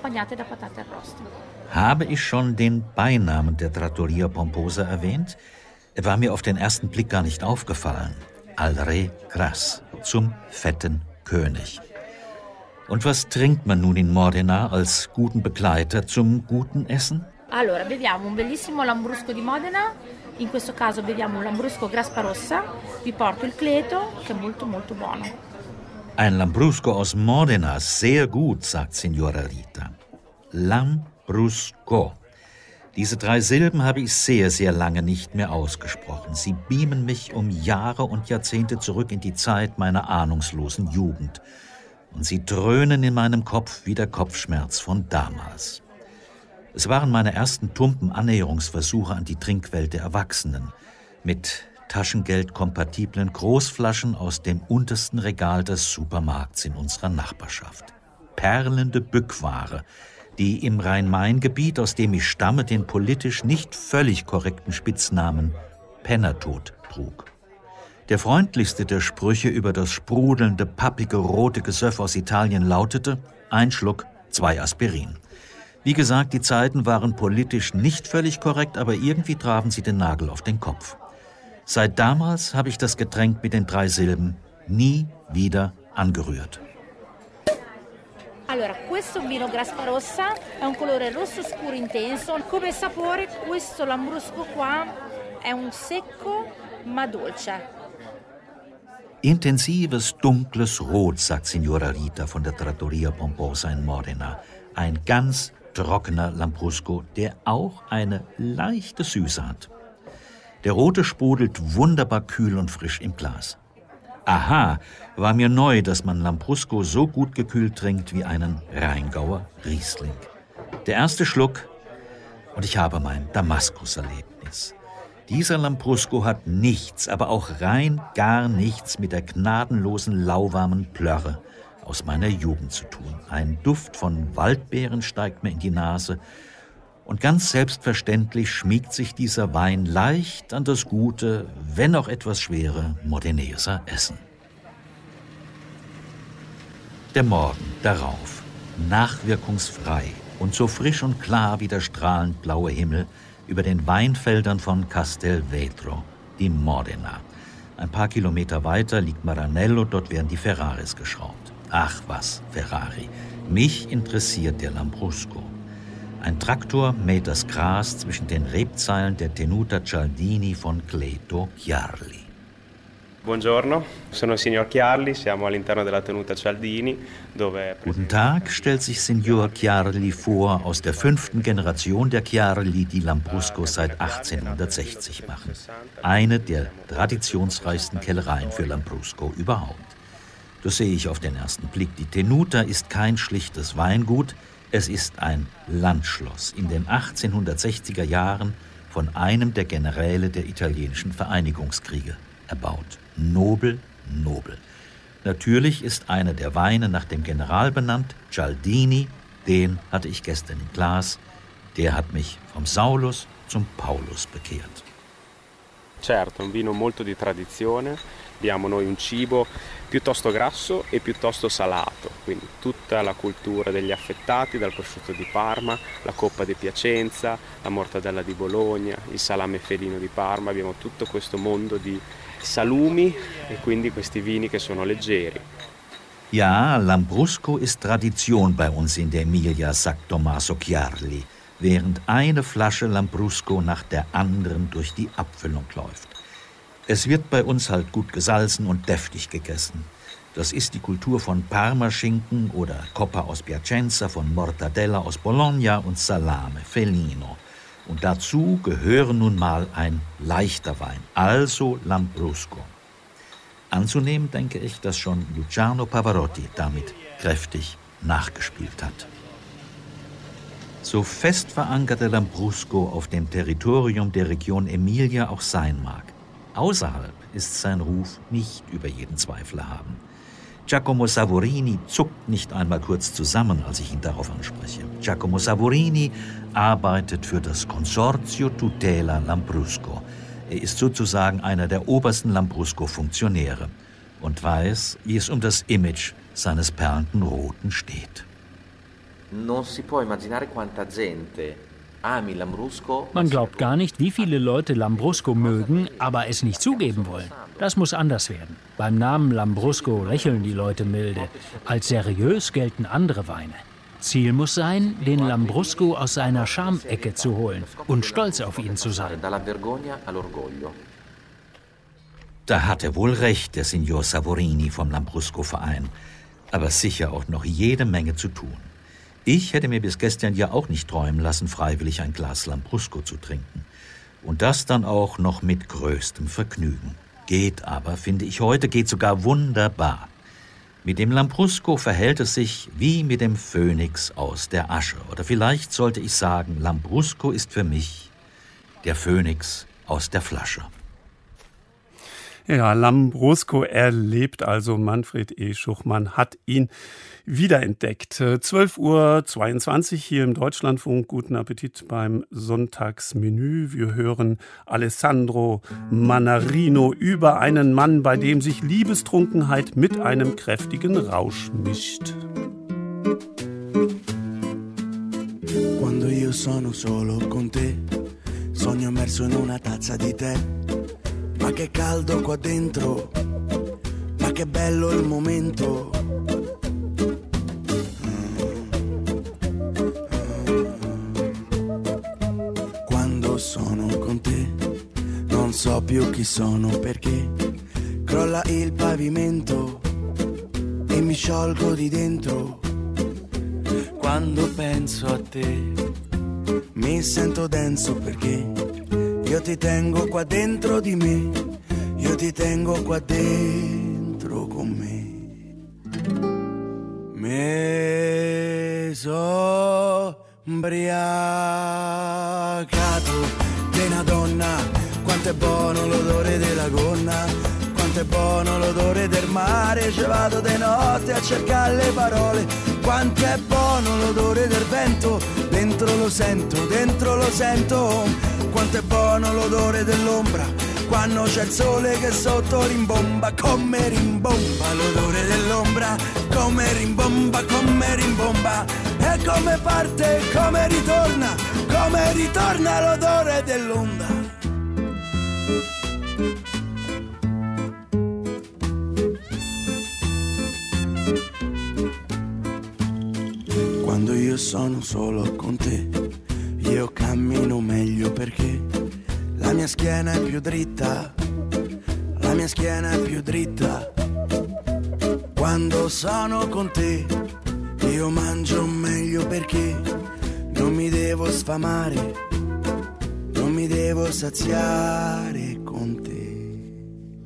Habe ich schon den Beinamen der Trattoria Pomposa erwähnt? Er war mir auf den ersten Blick gar nicht aufgefallen. Al Re Gras, zum fetten König. Und was trinkt man nun in Modena als guten Begleiter zum guten Essen? Allora, beviamo un bellissimo Lambrusco di Modena. In questo caso beviamo un Lambrusco Graspa Rossa. Vi porto il Cleto, che è molto molto buono. Ein Lambrusco aus Modena, sehr gut, sagt Signora Rita. Lambrusco. Diese 3 Silben habe ich sehr, sehr lange nicht mehr ausgesprochen. Sie beamen mich um Jahre und Jahrzehnte zurück in die Zeit meiner ahnungslosen Jugend. Und sie dröhnen in meinem Kopf wie der Kopfschmerz von damals. Es waren meine ersten tumpen Annäherungsversuche an die Trinkwelt der Erwachsenen. Mit taschengeldkompatiblen Großflaschen aus dem untersten Regal des Supermarkts in unserer Nachbarschaft. Perlende Bückware, die im Rhein-Main-Gebiet, aus dem ich stamme, den politisch nicht völlig korrekten Spitznamen Pennertod trug. Der freundlichste der Sprüche über das sprudelnde, pappige, rote Gesöff aus Italien lautete: 1 Schluck, 2 Aspirin. Wie gesagt, die Zeiten waren politisch nicht völlig korrekt, aber irgendwie trafen sie den Nagel auf den Kopf. Seit damals habe ich das Getränk mit den 3 Silben nie wieder angerührt. Allora, questo vino Graspa Rossa è un colore rosso scuro intenso. Come sapore, questo Lambrusco qua è un secco ma dolce. Intensives, dunkles Rot, sagt Signora Rita von der Trattoria Pomposa in Modena. Ein ganz trockener Lambrusco, der auch eine leichte Süße hat. Der Rote sprudelt wunderbar kühl und frisch im Glas. Aha, war mir neu, dass man Lambrusco so gut gekühlt trinkt wie einen Rheingauer Riesling. Der erste Schluck und ich habe mein Damaskus-Erlebnis. Dieser Lambrusco hat nichts, aber auch rein gar nichts mit der gnadenlosen, lauwarmen Plörre aus meiner Jugend zu tun. Ein Duft von Waldbeeren steigt mir in die Nase und ganz selbstverständlich schmiegt sich dieser Wein leicht an das gute, wenn auch etwas schwere Modeneser Essen. Der Morgen darauf, nachwirkungsfrei und so frisch und klar wie der strahlend blaue Himmel über den Weinfeldern von Castelvetro, die Modena. Ein paar Kilometer weiter liegt Maranello, dort werden die Ferraris geschraubt. Ach was, Ferrari. Mich interessiert der Lambrusco. Ein Traktor mäht das Gras zwischen den Rebzeilen der Tenuta Cialdini von Cleto Chiarli. Buongiorno, sono Signor Chiarli, siamo all'interno della Tenuta Cialdini, dove... Guten Tag, stellt sich Signor Chiarli vor, aus der 5. Generation der Chiarli, die Lambrusco seit 1860 machen. Eine der traditionsreichsten Kellereien für Lambrusco überhaupt. Das sehe ich auf den ersten Blick. Die Tenuta ist kein schlichtes Weingut, es ist ein Landschloss in den 1860er Jahren von einem der Generäle der italienischen Vereinigungskriege erbaut. Nobel, nobel. Natürlich ist einer der Weine nach dem General benannt, Cialdini. Den hatte ich gestern im Glas. Der hat mich vom Saulus zum Paulus bekehrt. Certo, un vino molto di tradizione. Abbiamo noi un cibo piuttosto grasso e piuttosto salato, quindi tutta la cultura degli affettati, dal prosciutto di Parma, la coppa di Piacenza, la mortadella di Bologna, il salame felino di Parma. Abbiamo tutto questo mondo di salumi e quindi questi vini che sono leggeri. Ja, Lambrusco ist Tradition bei uns in der Emilia, sagt Tommaso Chiarli, während eine Flasche Lambrusco nach der anderen durch die Abfüllung läuft. Es wird bei uns halt gut gesalzen und deftig gegessen. Das ist die Kultur von Parmaschinken oder Coppa aus Piacenza, von Mortadella aus Bologna und Salame, Felino. Und dazu gehöre nun mal ein leichter Wein, also Lambrusco. Anzunehmen, denke ich, dass schon Luciano Pavarotti damit kräftig nachgespielt hat. So fest verankert der Lambrusco auf dem Territorium der Region Emilia auch sein mag. Außerhalb ist sein Ruf nicht über jeden Zweifel erhaben. Giacomo Savorini zuckt nicht einmal kurz zusammen, als ich ihn darauf anspreche. Giacomo Savorini arbeitet für das Consorzio Tutela Lambrusco. Er ist sozusagen einer der obersten Lambrusco-Funktionäre und weiß, wie es um das Image seines perlenden Roten steht. Man glaubt gar nicht, wie viele Leute Lambrusco mögen, aber es nicht zugeben wollen. Das muss anders werden. Beim Namen Lambrusco lächeln die Leute milde. Als seriös gelten andere Weine. Ziel muss sein, den Lambrusco aus seiner Schamecke zu holen und stolz auf ihn zu sein. Da hat er wohl recht, der Signor Savorini vom Lambrusco-Verein. Aber sicher auch noch jede Menge zu tun. Ich hätte mir bis gestern ja auch nicht träumen lassen, freiwillig ein Glas Lambrusco zu trinken. Und das dann auch noch mit größtem Vergnügen. Geht aber, finde ich heute, geht sogar wunderbar. Mit dem Lambrusco verhält es sich wie mit dem Phönix aus der Asche. Oder vielleicht sollte ich sagen, Lambrusco ist für mich der Phönix aus der Flasche. Ja, Lambrusco erlebt also. Manfred E. Schuchmann hat ihn wiederentdeckt. 12:22 Uhr hier im Deutschlandfunk. Guten Appetit beim Sonntagsmenü. Wir hören Alessandro Mannarino über einen Mann, bei dem sich Liebestrunkenheit mit einem kräftigen Rausch mischt. Quando io sono solo con te, sogno immerso in una tazza di tè. Ma che caldo qua dentro, ma che bello il momento. Quando sono con te, non so più chi sono perché crolla il pavimento e mi sciolgo di dentro. Quando penso a te, mi sento denso perché io ti tengo qua dentro di me, io ti tengo qua dentro con me. Me so ubriacato di una donna, quanto è buono l'odore della gonna, quanto è buono l'odore del mare, ci vado di notte a cercare le parole, quanto è buono l'odore del vento, dentro lo sento, dentro lo sento. Quanto è buono l'odore dell'ombra, quando c'è il sole che sotto rimbomba, come rimbomba l'odore dell'ombra, come rimbomba, e come parte, come ritorna l'odore dell'onda. Quando io sono solo con te, io cammino meglio perché la mia schiena è più dritta, la mia schiena è più dritta. Quando sono con te, io mangio meglio perché non mi devo sfamare, non mi devo saziare con te.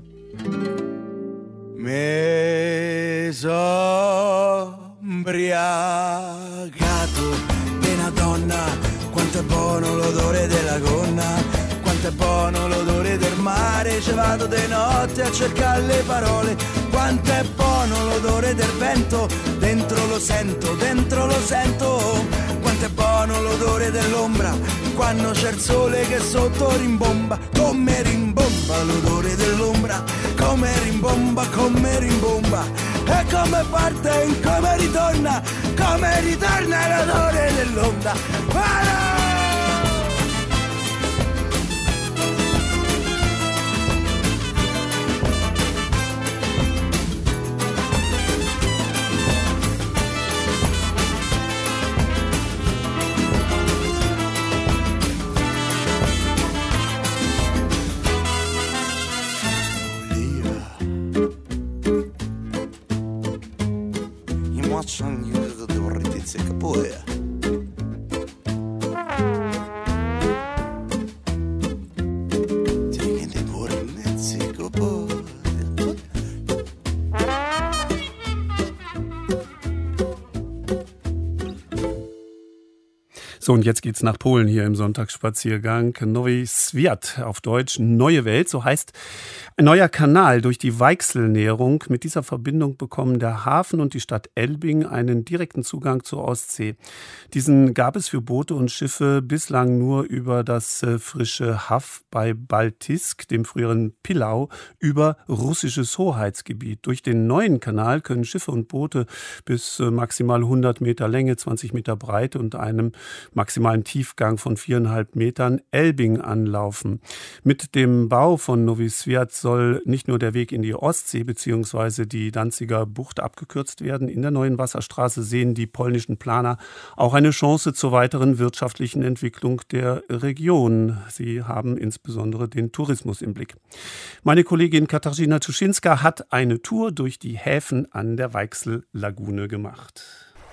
Me so ubriacato di una donna, quanto è buono l'odore della gonna, quanto è buono l'odore del mare, ci vado di notte a cercare le parole, quanto è buono l'odore del vento, dentro lo sento, quanto è buono l'odore dell'ombra, quando c'è il sole che sotto rimbomba, come rimbomba l'odore dell'ombra, come rimbomba, e come parte, come ritorna l'odore dell'onda. sangue de vorritice capoeira. So, und jetzt geht's nach Polen hier im Sonntagsspaziergang. Nowy Świat, auf Deutsch Neue Welt, so heißt ein neuer Kanal durch die Weichselnährung. Mit dieser Verbindung bekommen der Hafen und die Stadt Elbing einen direkten Zugang zur Ostsee. Diesen gab es für Boote und Schiffe bislang nur über das frische Haff bei Baltisk, dem früheren Pillau, über russisches Hoheitsgebiet. Durch den neuen Kanal können Schiffe und Boote bis maximal 100 Meter Länge, 20 Meter Breite und einem maximalen Tiefgang von 4,5 Metern Elbing anlaufen. Mit dem Bau von Nowy Świat soll nicht nur der Weg in die Ostsee bzw. die Danziger Bucht abgekürzt werden. In der neuen Wasserstraße sehen die polnischen Planer auch eine Chance zur weiteren wirtschaftlichen Entwicklung der Region. Sie haben insbesondere den Tourismus im Blick. Meine Kollegin Katarzyna Tuschinska hat eine Tour durch die Häfen an der Weichsel-Lagune gemacht.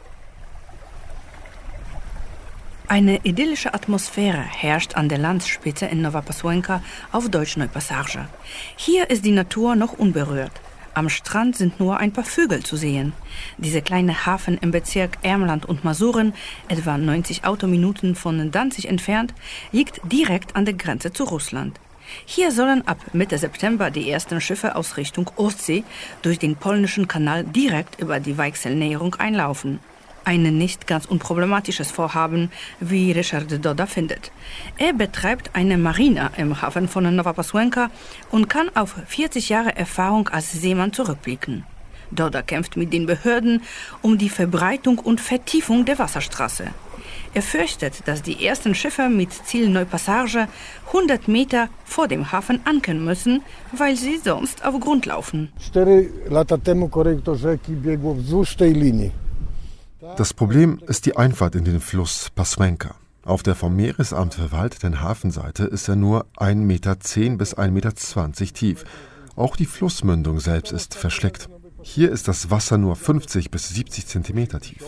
Eine idyllische Atmosphäre herrscht an der Landspitze in Nowa Pasłęka, auf Deutsch Neupassage. Hier ist die Natur noch unberührt. Am Strand sind nur ein paar Vögel zu sehen. Dieser kleine Hafen im Bezirk Ermland und Masuren, etwa 90 Autominuten von Danzig entfernt, liegt direkt an der Grenze zu Russland. Hier sollen ab Mitte September die ersten Schiffe aus Richtung Ostsee durch den polnischen Kanal direkt über die Weichselnährung einlaufen. Ein nicht ganz unproblematisches Vorhaben, wie Ryszard Doda findet. Er betreibt eine Marina im Hafen von Nowa Pasłęka und kann auf 40 Jahre Erfahrung als Seemann zurückblicken. Doda kämpft mit den Behörden um die Verbreitung und Vertiefung der Wasserstraße. Er fürchtet, dass die ersten Schiffe mit Ziel Neupassage 100 Meter vor dem Hafen ankern müssen, weil sie sonst auf Grund laufen. 4 lata temu koryto rzeki biegło wzdłuż tej linii. Das Problem ist die Einfahrt in den Fluss Pasłęka. Auf der vom Meeresamt verwalteten Hafenseite ist er nur 1,10 Meter bis 1,20 Meter tief. Auch die Flussmündung selbst ist verschleckt. Hier ist das Wasser nur 50 bis 70 Zentimeter tief.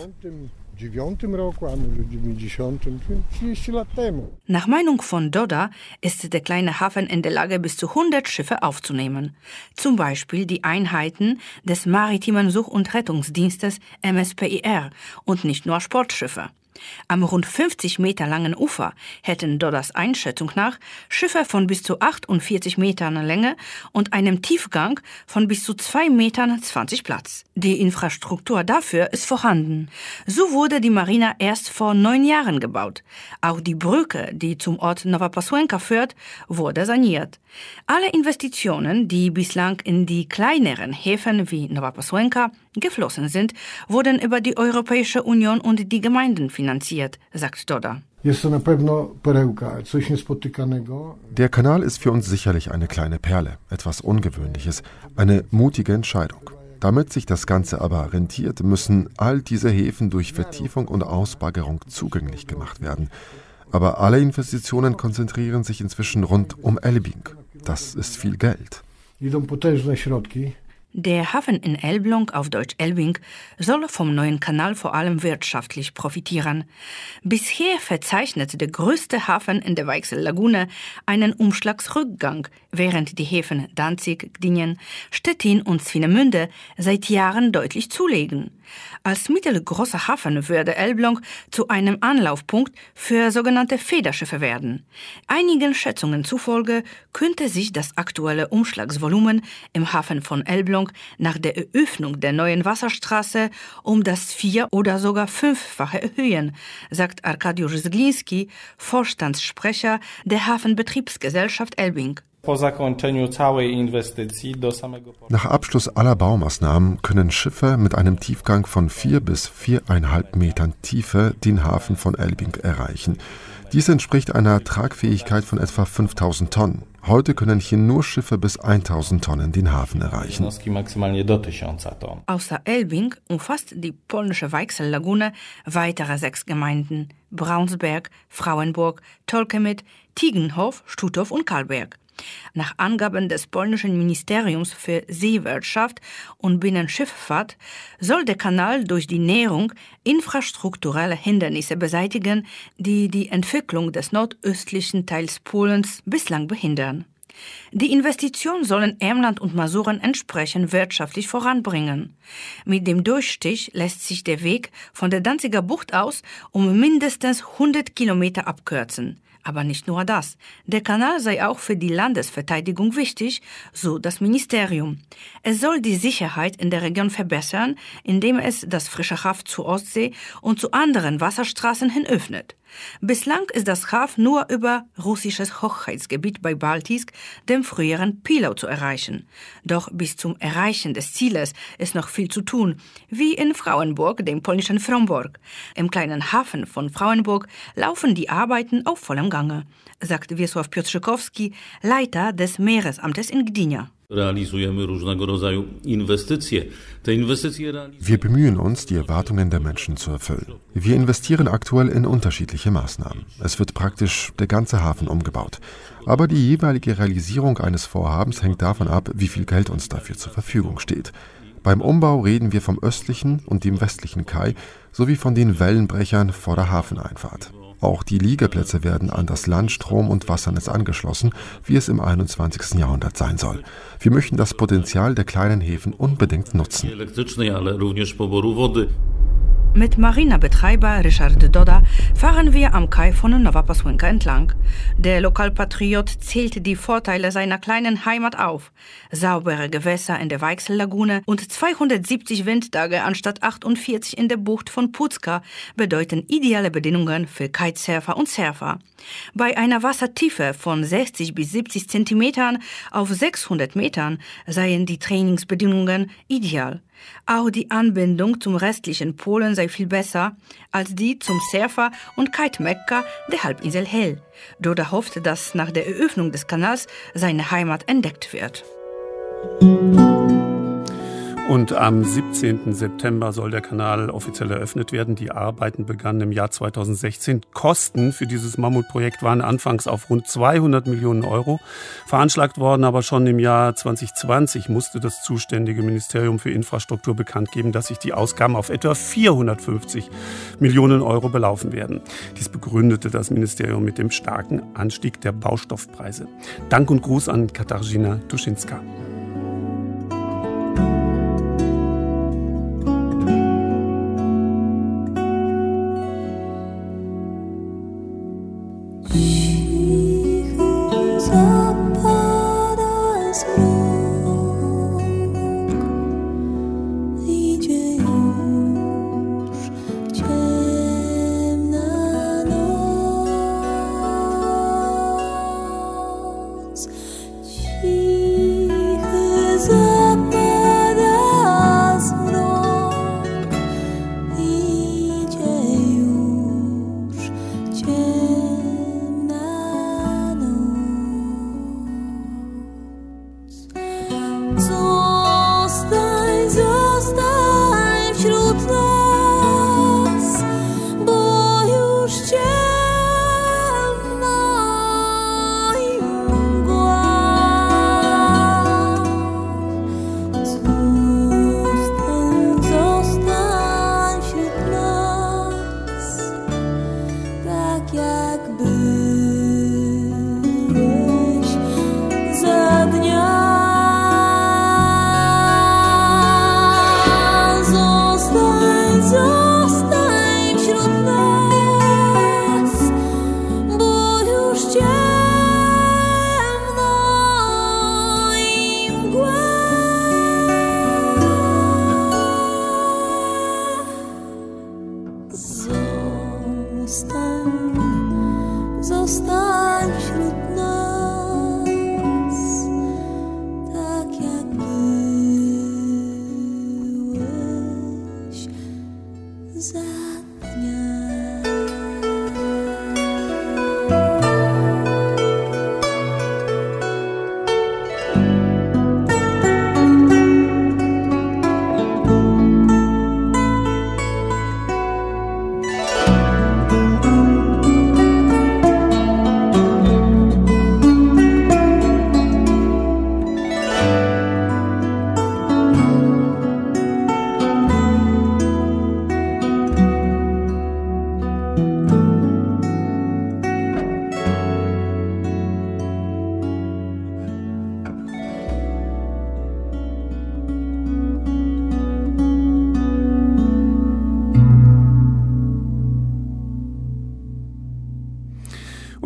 Nach Meinung von Doda ist der kleine Hafen in der Lage, bis zu 100 Schiffe aufzunehmen. Zum Beispiel die Einheiten des Maritimen Such- und Rettungsdienstes MSPIR und nicht nur Sportschiffe. Am rund 50 Meter langen Ufer hätten Dodas Einschätzung nach Schiffe von bis zu 48 Metern Länge und einem Tiefgang von bis zu 2,20 Metern Platz. Die Infrastruktur dafür ist vorhanden. So wurde die Marina erst vor 9 Jahren gebaut. Auch die Brücke, die zum Ort Nowa Pasłęka führt, wurde saniert. Alle Investitionen, die bislang in die kleineren Häfen wie Nowa Pasłęka geflossen sind, wurden über die Europäische Union und die Gemeinden finanziert, sagt Doda. Der Kanal ist für uns sicherlich eine kleine Perle, etwas Ungewöhnliches, eine mutige Entscheidung. Damit sich das Ganze aber rentiert, müssen all diese Häfen durch Vertiefung und Ausbaggerung zugänglich gemacht werden. Aber alle Investitionen konzentrieren sich inzwischen rund um Elbing. Das ist viel Geld. Der Hafen in Elbląg, auf Deutsch Elbing, soll vom neuen Kanal vor allem wirtschaftlich profitieren. Bisher verzeichnet der größte Hafen in der Weichsel-Lagune einen Umschlagsrückgang, während die Häfen Danzig, Gdynia, Stettin und Swinemünde seit Jahren deutlich zulegen. Als mittelgroßer Hafen würde Elbląg zu einem Anlaufpunkt für sogenannte Federschiffe werden. Einigen Schätzungen zufolge könnte sich das aktuelle Umschlagsvolumen im Hafen von Elbląg nach der Eröffnung der neuen Wasserstraße um das 4- oder sogar 5-fache erhöhen, sagt Arkadiusz Zgliński, Vorstandssprecher der Hafenbetriebsgesellschaft Elbing. Nach Abschluss aller Baumaßnahmen können Schiffe mit einem Tiefgang von 4 bis 4,5 Metern Tiefe den Hafen von Elbing erreichen. Dies entspricht einer Tragfähigkeit von etwa 5.000 Tonnen. Heute können hier nur Schiffe bis 1.000 Tonnen den Hafen erreichen. Außer Elbing umfasst die polnische Weichsel-Lagune weitere 6 Gemeinden: Braunsberg, Frauenburg, Tolkemit, Tiegenhof, Stutow und Karlberg. Nach Angaben des polnischen Ministeriums für Seewirtschaft und Binnenschifffahrt soll der Kanal durch die Näherung infrastrukturelle Hindernisse beseitigen, die die Entwicklung des nordöstlichen Teils Polens bislang behindern. Die Investitionen sollen Emland und Masuren entsprechend wirtschaftlich voranbringen. Mit dem Durchstich lässt sich der Weg von der Danziger Bucht aus um mindestens 100 Kilometer abkürzen. Aber nicht nur das. Der Kanal sei auch für die Landesverteidigung wichtig, so das Ministerium. Es soll die Sicherheit in der Region verbessern, indem es das frische Haff zur Ostsee und zu anderen Wasserstraßen hin öffnet. Bislang ist das Haff nur über russisches Hochheitsgebiet bei Baltisk, dem früheren Pilau, zu erreichen. Doch bis zum Erreichen des Zieles ist noch viel zu tun, wie in Frauenburg, dem polnischen Frombork. Im kleinen Hafen von Frauenburg laufen die Arbeiten auf vollem Gange, sagt Wiesław Piotrzykowski, Leiter des Meeresamtes in Gdynia. Wir bemühen uns, die Erwartungen der Menschen zu erfüllen. Wir investieren aktuell in unterschiedliche Maßnahmen. Es wird praktisch der ganze Hafen umgebaut. Aber die jeweilige Realisierung eines Vorhabens hängt davon ab, wie viel Geld uns dafür zur Verfügung steht. Beim Umbau reden wir vom östlichen und dem westlichen Kai sowie von den Wellenbrechern vor der Hafeneinfahrt. Auch die Liegeplätze werden an das Landstrom- und Wassernetz angeschlossen, wie es im 21. Jahrhundert sein soll. Wir möchten das Potenzial der kleinen Häfen unbedingt nutzen. Mit Marinabetreiber Ryszard Doda fahren wir am Kai von Nowa Posłanka entlang. Der Lokalpatriot zählt die Vorteile seiner kleinen Heimat auf. Saubere Gewässer in der Weichsel-Lagune und 270 Windtage anstatt 48 in der Bucht von Pucka bedeuten ideale Bedingungen für Kitesurfer und Surfer. Bei einer Wassertiefe von 60 bis 70 Zentimetern auf 600 Metern seien die Trainingsbedingungen ideal. Auch die Anbindung zum restlichen Polen sei viel besser als die zum Surfer- und Kite-Mekka der Halbinsel Hel. Doda hofft, dass nach der Eröffnung des Kanals seine Heimat entdeckt wird. Und am 17. September soll der Kanal offiziell eröffnet werden. Die Arbeiten begannen im Jahr 2016. Kosten für dieses Mammutprojekt waren anfangs auf rund 200 Millionen Euro veranschlagt worden. Aber schon im Jahr 2020 musste das zuständige Ministerium für Infrastruktur bekannt geben, dass sich die Ausgaben auf etwa 450 Millionen Euro belaufen werden. Dies begründete das Ministerium mit dem starken Anstieg der Baustoffpreise. Dank und Gruß an Katarzyna Tuschinska.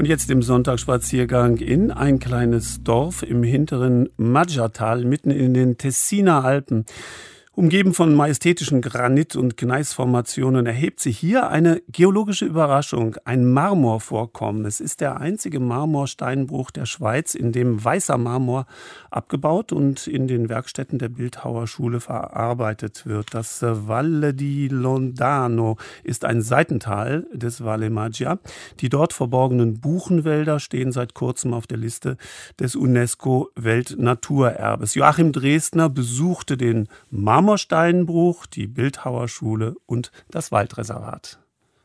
jetzt im Sonntagsspaziergang in ein kleines Dorf im hinteren Maggiatal, mitten in den Tessiner Alpen. Umgeben von majestätischen Granit- und Gneisformationen erhebt sich hier eine geologische Überraschung, ein Marmorvorkommen. Es ist der einzige Marmorsteinbruch der Schweiz, in dem weißer Marmor abgebaut und in den Werkstätten der Bildhauerschule verarbeitet wird. Das Valle di Londano ist ein Seitental des Valle Maggia. Die dort verborgenen Buchenwälder stehen seit kurzem auf der Liste des UNESCO-Weltnaturerbes. Joachim Dresdner besuchte den Marmorsteinbruch, die Bildhauerschule und das Waldreservat.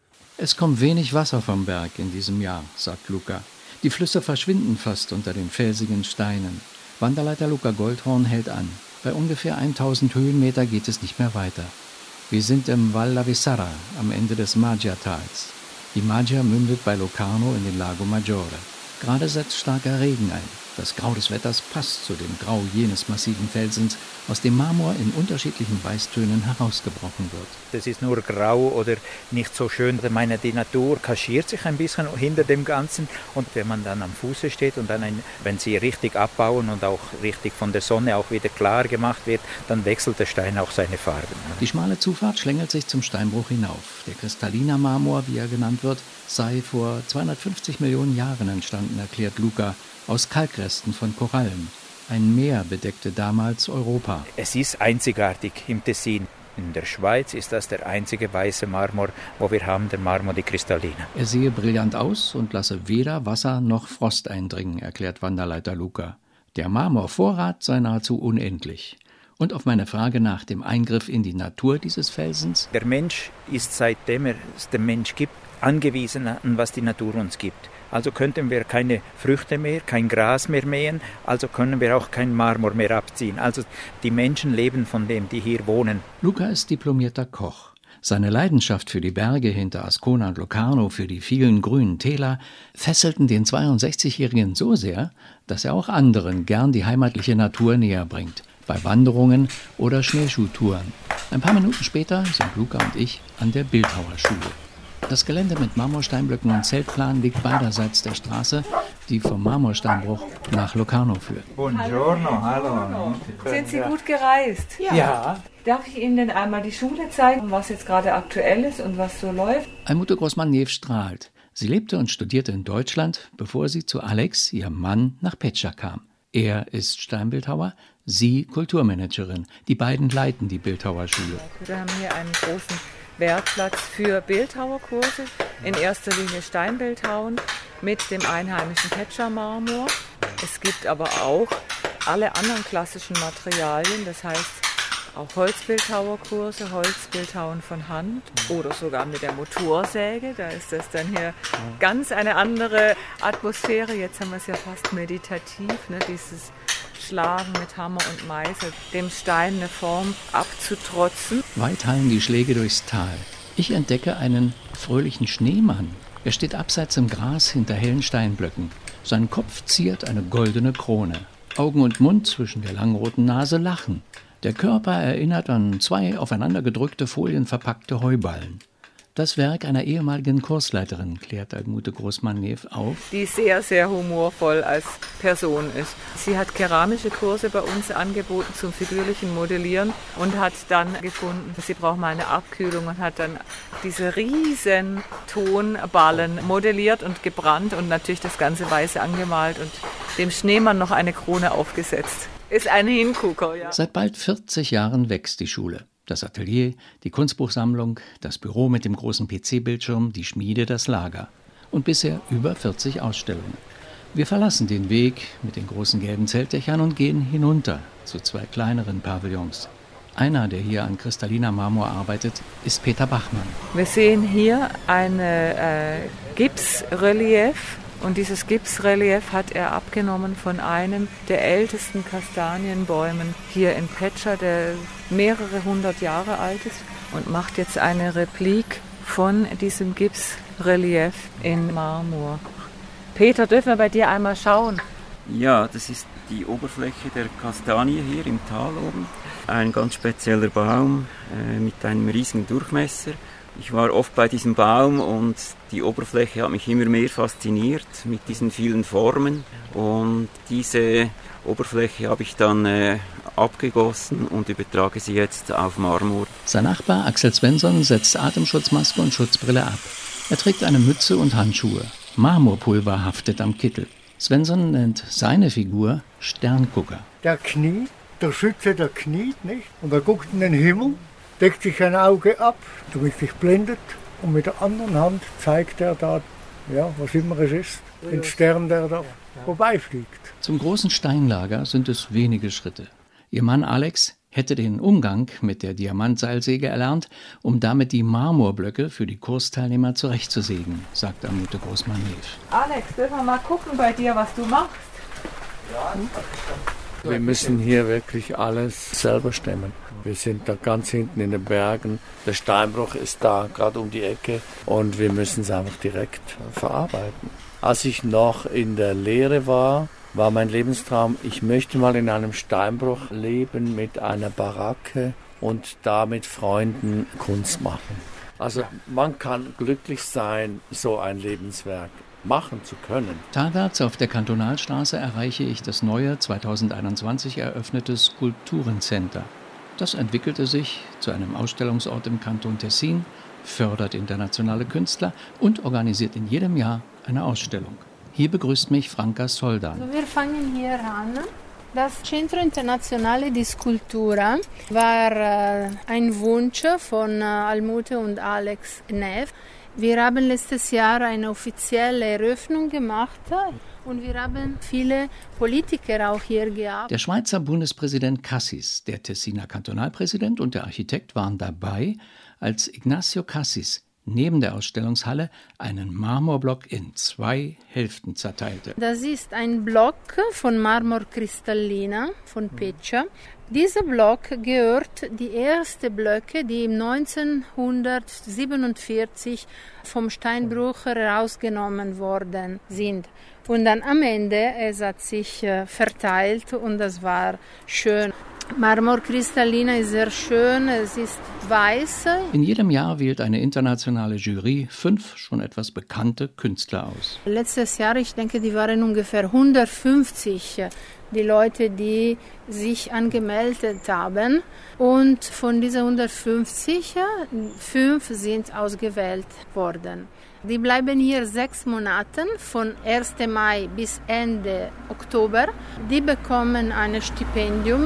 Es kommt wenig Wasser vom Berg in diesem Jahr, sagt Luca. Die Flüsse verschwinden fast unter den felsigen Steinen. Wanderleiter Luca Goldhorn hält an. Bei ungefähr 1000 Höhenmeter geht es nicht mehr weiter. Wir sind im Val Lavesara, am Ende des Maggia-Tals. Die Maggia mündet bei Locarno in den Lago Maggiore. Gerade setzt starker Regen ein. Das Grau des Wetters passt zu dem Grau jenes massiven Felsens, aus dem Marmor in unterschiedlichen Weißtönen herausgebrochen wird. Das ist nur grau oder nicht so schön. Ich meine, die Natur kaschiert sich ein bisschen hinter dem Ganzen. Und wenn man dann am Fuße steht und dann, wenn sie richtig abbauen und auch richtig von der Sonne auch wieder klar gemacht wird, dann wechselt der Stein auch seine Farben. Die schmale Zufahrt schlängelt sich zum Steinbruch hinauf. Der Kristalliner Marmor, wie er genannt wird, sei vor 250 Millionen Jahren entstanden, erklärt Luca, aus Kalkresten von Korallen. Ein Meer bedeckte damals Europa. Es ist einzigartig im Tessin. In der Schweiz ist das der einzige weiße Marmor, wo wir haben, der Marmor di Cristallina. Er sehe brillant aus und lasse weder Wasser noch Frost eindringen, erklärt Wanderleiter Luca. Der Marmorvorrat sei nahezu unendlich. Und auf meine Frage nach dem Eingriff in die Natur dieses Felsens: Der Mensch ist, seitdem es den Mensch gibt, angewiesen an was die Natur uns gibt. Also könnten wir keine Früchte mehr, kein Gras mehr mähen, also können wir auch keinen Marmor mehr abziehen. Also die Menschen leben von dem, die hier wohnen. Luca ist diplomierter Koch. Seine Leidenschaft für die Berge hinter Ascona und Locarno, für die vielen grünen Täler, fesselten den 62-Jährigen so sehr, dass er auch anderen gern die heimatliche Natur näher bringt. Bei Wanderungen oder Schneeschuhtouren. Ein paar Minuten später sind Luca und ich an der Bildhauerschule. Das Gelände mit Marmorsteinblöcken und Zeltplan liegt beiderseits der Straße, die vom Marmorsteinbruch nach Locarno führt. Buongiorno, hallo. Sind Sie gut gereist? Ja. Darf ich Ihnen denn einmal die Schule zeigen, was jetzt gerade aktuell ist und was so läuft? Almute Großmann-Neef strahlt. Sie lebte und studierte in Deutschland, bevor sie zu Alex, ihrem Mann, nach Pecha kam. Er ist Steinbildhauer, sie Kulturmanagerin. Die beiden leiten die Bildhauerschule. Wir haben hier einen großen Werkplatz für Bildhauerkurse, in erster Linie Steinbildhauen mit dem einheimischen Pecha-Marmor. Es gibt aber auch alle anderen klassischen Materialien, das heißt auch Holzbildhauerkurse, Holzbildhauen von Hand oder sogar mit der Motorsäge. Da ist das dann hier ganz eine andere Atmosphäre. Jetzt haben wir es ja fast meditativ, ne? Dieses Schlagen mit Hammer und Meißel, dem Stein eine Form abzutrotzen. Weit hallen die Schläge durchs Tal. Ich entdecke einen fröhlichen Schneemann. Er steht abseits im Gras hinter hellen Steinblöcken. Sein Kopf ziert eine goldene Krone. Augen und Mund zwischen der langroten Nase lachen. Der Körper erinnert an 2 aufeinander gedrückte, folienverpackte Heuballen. Das Werk einer ehemaligen Kursleiterin, klärt Almute Großmann-Neef auf, die sehr, sehr humorvoll als Person ist. Sie hat keramische Kurse bei uns angeboten zum figürlichen Modellieren und hat dann gefunden, sie braucht mal eine Abkühlung und hat dann diese riesen Tonballen modelliert und gebrannt und natürlich das ganze Weiße angemalt und dem Schneemann noch eine Krone aufgesetzt. Ist ein Hingucker, ja. Seit bald 40 Jahren wächst die Schule. Das Atelier, die Kunstbuchsammlung, das Büro mit dem großen PC-Bildschirm, die Schmiede, das Lager. Und bisher über 40 Ausstellungen. Wir verlassen den Weg mit den großen gelben Zeltdächern und gehen hinunter zu 2 kleineren Pavillons. Einer, der hier an kristalliner Marmor arbeitet, ist Peter Bachmann. Wir sehen hier ein Gipsrelief. Und dieses Gipsrelief hat er abgenommen von einem der ältesten Kastanienbäumen hier in Pecha, der mehrere hundert Jahre alt ist, und macht jetzt eine Replik von diesem Gipsrelief in Marmor. Peter, dürfen wir bei dir einmal schauen? Ja, das ist die Oberfläche der Kastanie hier im Tal oben. Ein ganz spezieller Baum mit einem riesigen Durchmesser. Ich war oft bei diesem Baum und die Oberfläche hat mich immer mehr fasziniert mit diesen vielen Formen. Und diese Oberfläche habe ich dann abgegossen und übertrage sie jetzt auf Marmor. Sein Nachbar Axel Svensson setzt Atemschutzmaske und Schutzbrille ab. Er trägt eine Mütze und Handschuhe. Marmorpulver haftet am Kittel. Svensson nennt seine Figur Sterngucker. Der kniet, der Schütze, der kniet, nicht? Und er guckt in den Himmel, deckt sich ein Auge ab, damit sich blendet. Und mit der anderen Hand zeigt er da, ja, was immer es ist, den Stern, der da vorbeifliegt. Zum großen Steinlager sind es wenige Schritte. Ihr Mann Alex hätte den Umgang mit der Diamantseilsäge erlernt, um damit die Marmorblöcke für die Kursteilnehmer zurechtzusägen, sagt Amute Großmann-Neef. Alex, dürfen wir mal gucken bei dir, was du machst? Wir müssen hier wirklich alles selber stemmen. Wir sind da ganz hinten in den Bergen. Der Steinbruch ist da gerade um die Ecke und wir müssen es einfach direkt verarbeiten. Als ich noch in der Lehre war mein Lebenstraum, ich möchte mal in einem Steinbruch leben mit einer Baracke und da mit Freunden Kunst machen. Also man kann glücklich sein, so ein Lebenswerk machen zu können. Tagards auf der Kantonalstraße erreiche ich das neue 2021 eröffnete Skulpturencenter. Das entwickelte sich zu einem Ausstellungsort im Kanton Tessin, fördert internationale Künstler und organisiert in jedem Jahr eine Ausstellung. Hier begrüßt mich Franca Soldan. Also wir fangen hier an. Das Centro Internazionale di Scultura war ein Wunsch von Almute und Alex Neef. Wir haben letztes Jahr eine offizielle Eröffnung gemacht und wir haben viele Politiker auch hier gehabt. Der Schweizer Bundespräsident Cassis, der Tessiner Kantonalpräsident und der Architekt waren dabei, als Ignacio Cassis neben der Ausstellungshalle einen Marmorblock in 2 Hälften zerteilte. Das ist ein Block von Marmor Cristallina von Peccia. Dieser Block gehört die ersten Blöcke, die 1947 vom Steinbruch herausgenommen worden sind. Und dann am Ende, es hat sich verteilt und das war schön. Marmor Cristallina ist sehr schön, es ist weiß. In jedem Jahr wählt eine internationale Jury 5 schon etwas bekannte Künstler aus. Letztes Jahr, ich denke, die waren ungefähr 150, die Leute, die sich angemeldet haben. Und von diesen 150, 5 sind ausgewählt worden. Die bleiben hier 6 Monate, von 1. Mai bis Ende Oktober. Die bekommen ein Stipendium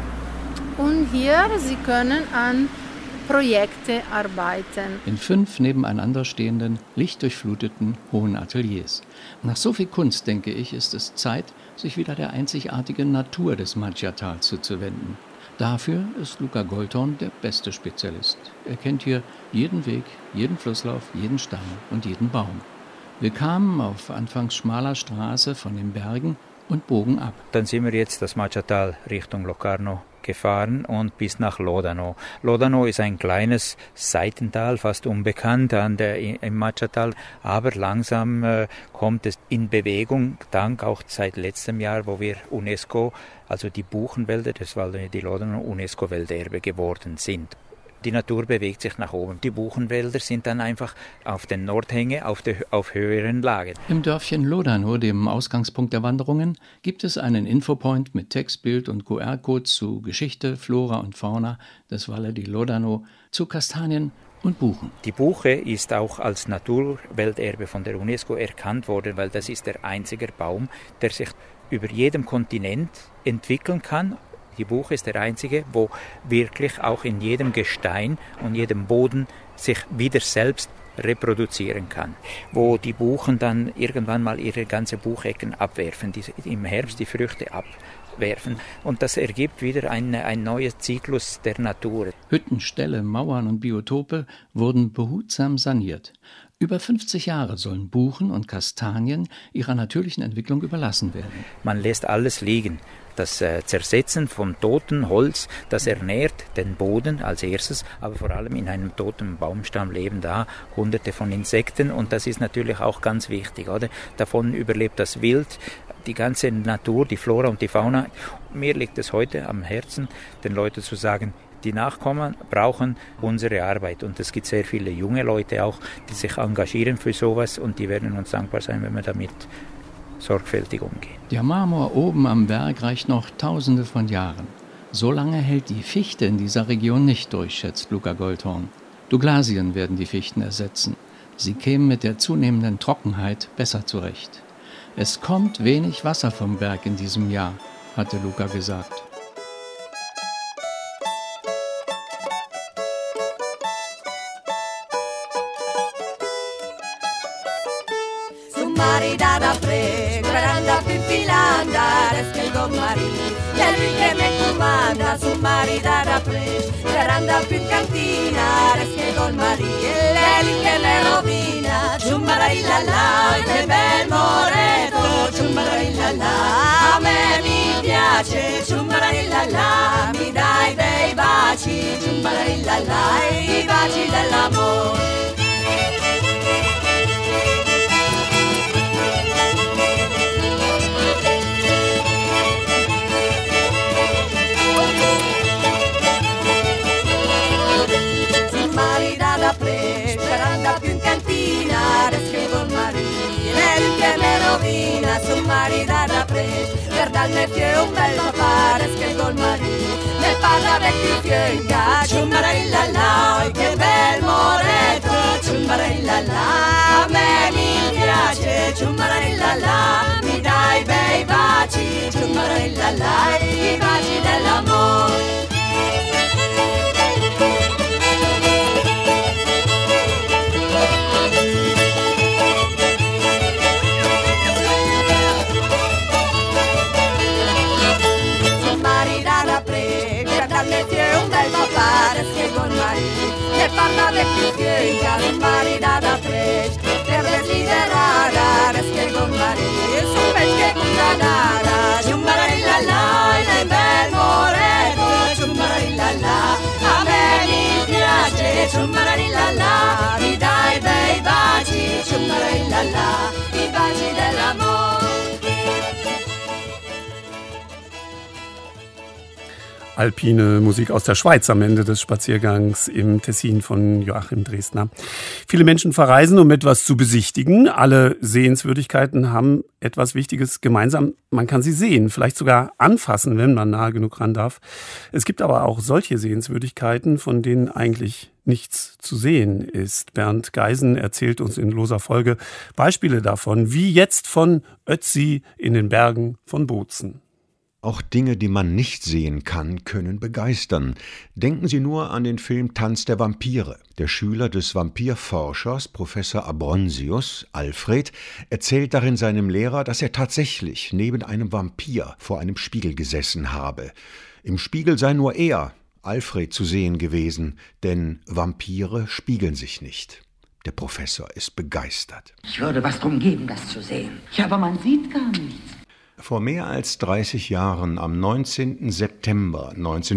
und hier sie können an Projekte arbeiten. In 5 nebeneinander stehenden, lichtdurchfluteten hohen Ateliers. Nach so viel Kunst, denke ich, ist es Zeit, sich wieder der einzigartigen Natur des Maggiatals zuzuwenden. Dafür ist Luca Goldhorn der beste Spezialist. Er kennt hier jeden Weg, jeden Flusslauf, jeden Stein und jeden Baum. Wir kamen auf anfangs schmaler Straße von den Bergen und bogen ab. Dann sind wir jetzt das Maggiatal Richtung Locarno gefahren und bis nach Lodano. Lodano ist ein kleines Seitental, fast unbekannt im Maggiatal, aber langsam kommt es in Bewegung, dank auch seit letztem Jahr, wo wir UNESCO, also die Buchenwälder des Valle di Lodano, UNESCO-Welterbe geworden sind. Die Natur bewegt sich nach oben. Die Buchenwälder sind dann einfach auf den Nordhänge, auf höheren Lagen. Im Dörfchen Lodano, dem Ausgangspunkt der Wanderungen, gibt es einen Infopoint mit Textbild und QR-Codes zu Geschichte, Flora und Fauna des Valle di Lodano, zu Kastanien und Buchen. Die Buche ist auch als Naturwelterbe von der UNESCO erkannt worden, weil das ist der einzige Baum, der sich über jedem Kontinent entwickeln kann. Die Buche ist der einzige, wo wirklich auch in jedem Gestein und jedem Boden sich wieder selbst reproduzieren kann. Wo die Buchen dann irgendwann mal ihre ganze Buchecken abwerfen, die im Herbst die Früchte abwerfen. Und das ergibt wieder ein neues Zyklus der Natur. Hütten, Ställe, Mauern und Biotope wurden behutsam saniert. Über 50 Jahre sollen Buchen und Kastanien ihrer natürlichen Entwicklung überlassen werden. Man lässt alles liegen. Das Zersetzen von totem Holz, das ernährt den Boden als erstes, aber vor allem in einem toten Baumstamm leben da Hunderte von Insekten und das ist natürlich auch ganz wichtig, oder? Davon überlebt das Wild, die ganze Natur, die Flora und die Fauna. Mir liegt es heute am Herzen, den Leuten zu sagen, Die Nachkommen brauchen unsere Arbeit und es gibt sehr viele junge Leute auch, die sich engagieren für sowas und die werden uns dankbar sein, wenn wir damit sorgfältig umgehen. Der Marmor oben am Berg reicht noch Tausende von Jahren. So lange hält die Fichte in dieser Region nicht durch, schätzt Luca Goldhorn. Douglasien werden die Fichten ersetzen. Sie kämen mit der zunehmenden Trockenheit besser zurecht. Es kommt wenig Wasser vom Berg in diesem Jahr, hatte Luca gesagt. Maridada pre, granda pipilanda, reskelgo mari, Elvi che me comanda, su maridada pre, granda pincantina, reskelgo mari, Elvi che me rovina, ciumbarillala, che bel moreto, ciumbarillala, a me mi piace, ciumbarillala, mi dai bei baci, ciumbarillala, i baci dell'amore. Su maridada pres, per darme fieu un bel papà, reskelgo il mari, ne parla vecchio fienca, ciumbarillala, che bel moretto, ciumbarillala, a me mi piace, ciumbarillala, mi dai bei baci, ciumbarillala, i baci dell'amore. Ne parla vecchio fienca, su maridada pres, per desiderada, reskelgo mari, su pesche cundanada, ciumbarillala, ne bel moreto, ciumbarillala, a me mi piace, ciumbarillala, mi dai bei baci, ciumbarillala, i baci dell'amore. Alpine Musik aus der Schweiz am Ende des Spaziergangs im Tessin von Joachim Dresdner. Viele Menschen verreisen, um etwas zu besichtigen. Alle Sehenswürdigkeiten haben etwas Wichtiges gemeinsam. Man kann sie sehen, vielleicht sogar anfassen, wenn man nahe genug ran darf. Es gibt aber auch solche Sehenswürdigkeiten, von denen eigentlich nichts zu sehen ist. Bernd Geisen erzählt uns in loser Folge Beispiele davon, wie jetzt von Ötzi in den Bergen von Bozen. Auch Dinge, die man nicht sehen kann, können begeistern. Denken Sie nur an den Film Tanz der Vampire. Der Schüler des Vampirforschers, Professor Abronsius, Alfred, erzählt darin seinem Lehrer, dass er tatsächlich neben einem Vampir vor einem Spiegel gesessen habe. Im Spiegel sei nur er, Alfred, zu sehen gewesen, denn Vampire spiegeln sich nicht. Der Professor ist begeistert. Ich würde was drum geben, das zu sehen. Ja, aber man sieht gar nichts. Vor mehr als 30 Jahren, am 19. September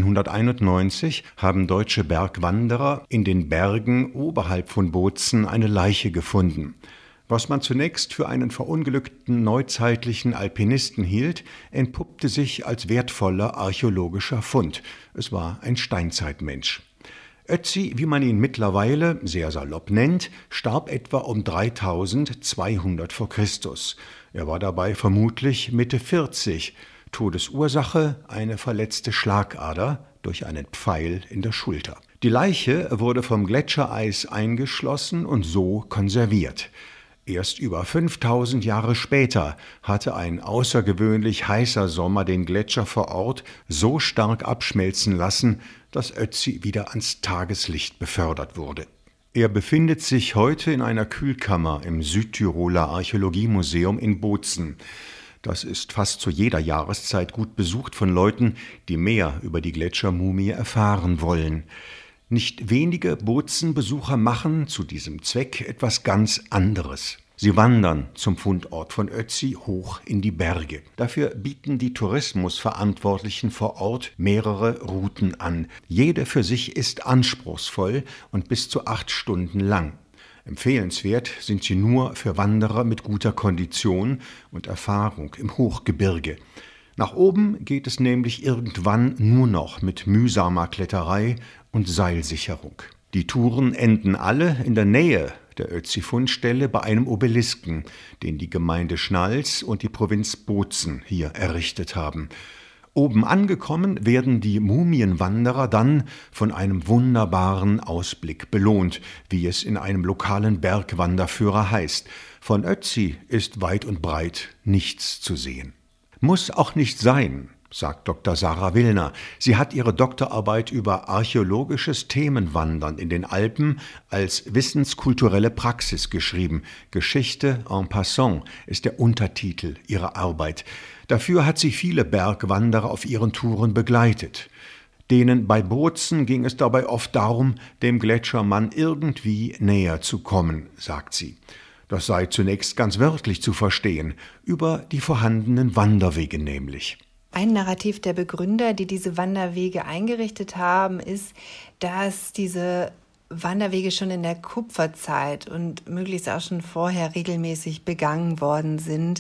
1991, haben deutsche Bergwanderer in den Bergen oberhalb von Bozen eine Leiche gefunden. Was man zunächst für einen verunglückten neuzeitlichen Alpinisten hielt, entpuppte sich als wertvoller archäologischer Fund. Es war ein Steinzeitmensch. Ötzi, wie man ihn mittlerweile sehr salopp nennt, starb etwa um 3200 vor Christus. Er war dabei vermutlich Mitte 40. Todesursache eine verletzte Schlagader durch einen Pfeil in der Schulter. Die Leiche wurde vom Gletschereis eingeschlossen und so konserviert. Erst über 5000 Jahre später hatte ein außergewöhnlich heißer Sommer den Gletscher vor Ort so stark abschmelzen lassen, dass Ötzi wieder ans Tageslicht befördert wurde. Er befindet sich heute in einer Kühlkammer im Südtiroler Archäologiemuseum in Bozen. Das ist fast zu jeder Jahreszeit gut besucht von Leuten, die mehr über die Gletschermumie erfahren wollen. Nicht wenige Bozen-Besucher machen zu diesem Zweck etwas ganz anderes. Sie wandern zum Fundort von Ötzi hoch in die Berge. Dafür bieten die Tourismusverantwortlichen vor Ort mehrere Routen an. Jede für sich ist anspruchsvoll und bis zu 8 Stunden lang. Empfehlenswert sind sie nur für Wanderer mit guter Kondition und Erfahrung im Hochgebirge. Nach oben geht es nämlich irgendwann nur noch mit mühsamer Kletterei und Seilsicherung. Die Touren enden alle in der Nähe der Ötzi-Fundstelle bei einem Obelisken, den die Gemeinde Schnals und die Provinz Bozen hier errichtet haben. Oben angekommen werden die Mumienwanderer dann von einem wunderbaren Ausblick belohnt, wie es in einem lokalen Bergwanderführer heißt. Von Ötzi ist weit und breit nichts zu sehen. Muss auch nicht sein, sagt Dr. Sarah Willner. Sie hat ihre Doktorarbeit über archäologisches Themenwandern in den Alpen als wissenskulturelle Praxis geschrieben. Geschichte en passant ist der Untertitel ihrer Arbeit. Dafür hat sie viele Bergwanderer auf ihren Touren begleitet. Denen bei Bozen ging es dabei oft darum, dem Gletschermann irgendwie näher zu kommen, sagt sie. Das sei zunächst ganz wörtlich zu verstehen, über die vorhandenen Wanderwege nämlich. Ein Narrativ der Begründer, die diese Wanderwege eingerichtet haben, ist, dass diese Wanderwege schon in der Kupferzeit und möglichst auch schon vorher regelmäßig begangen worden sind.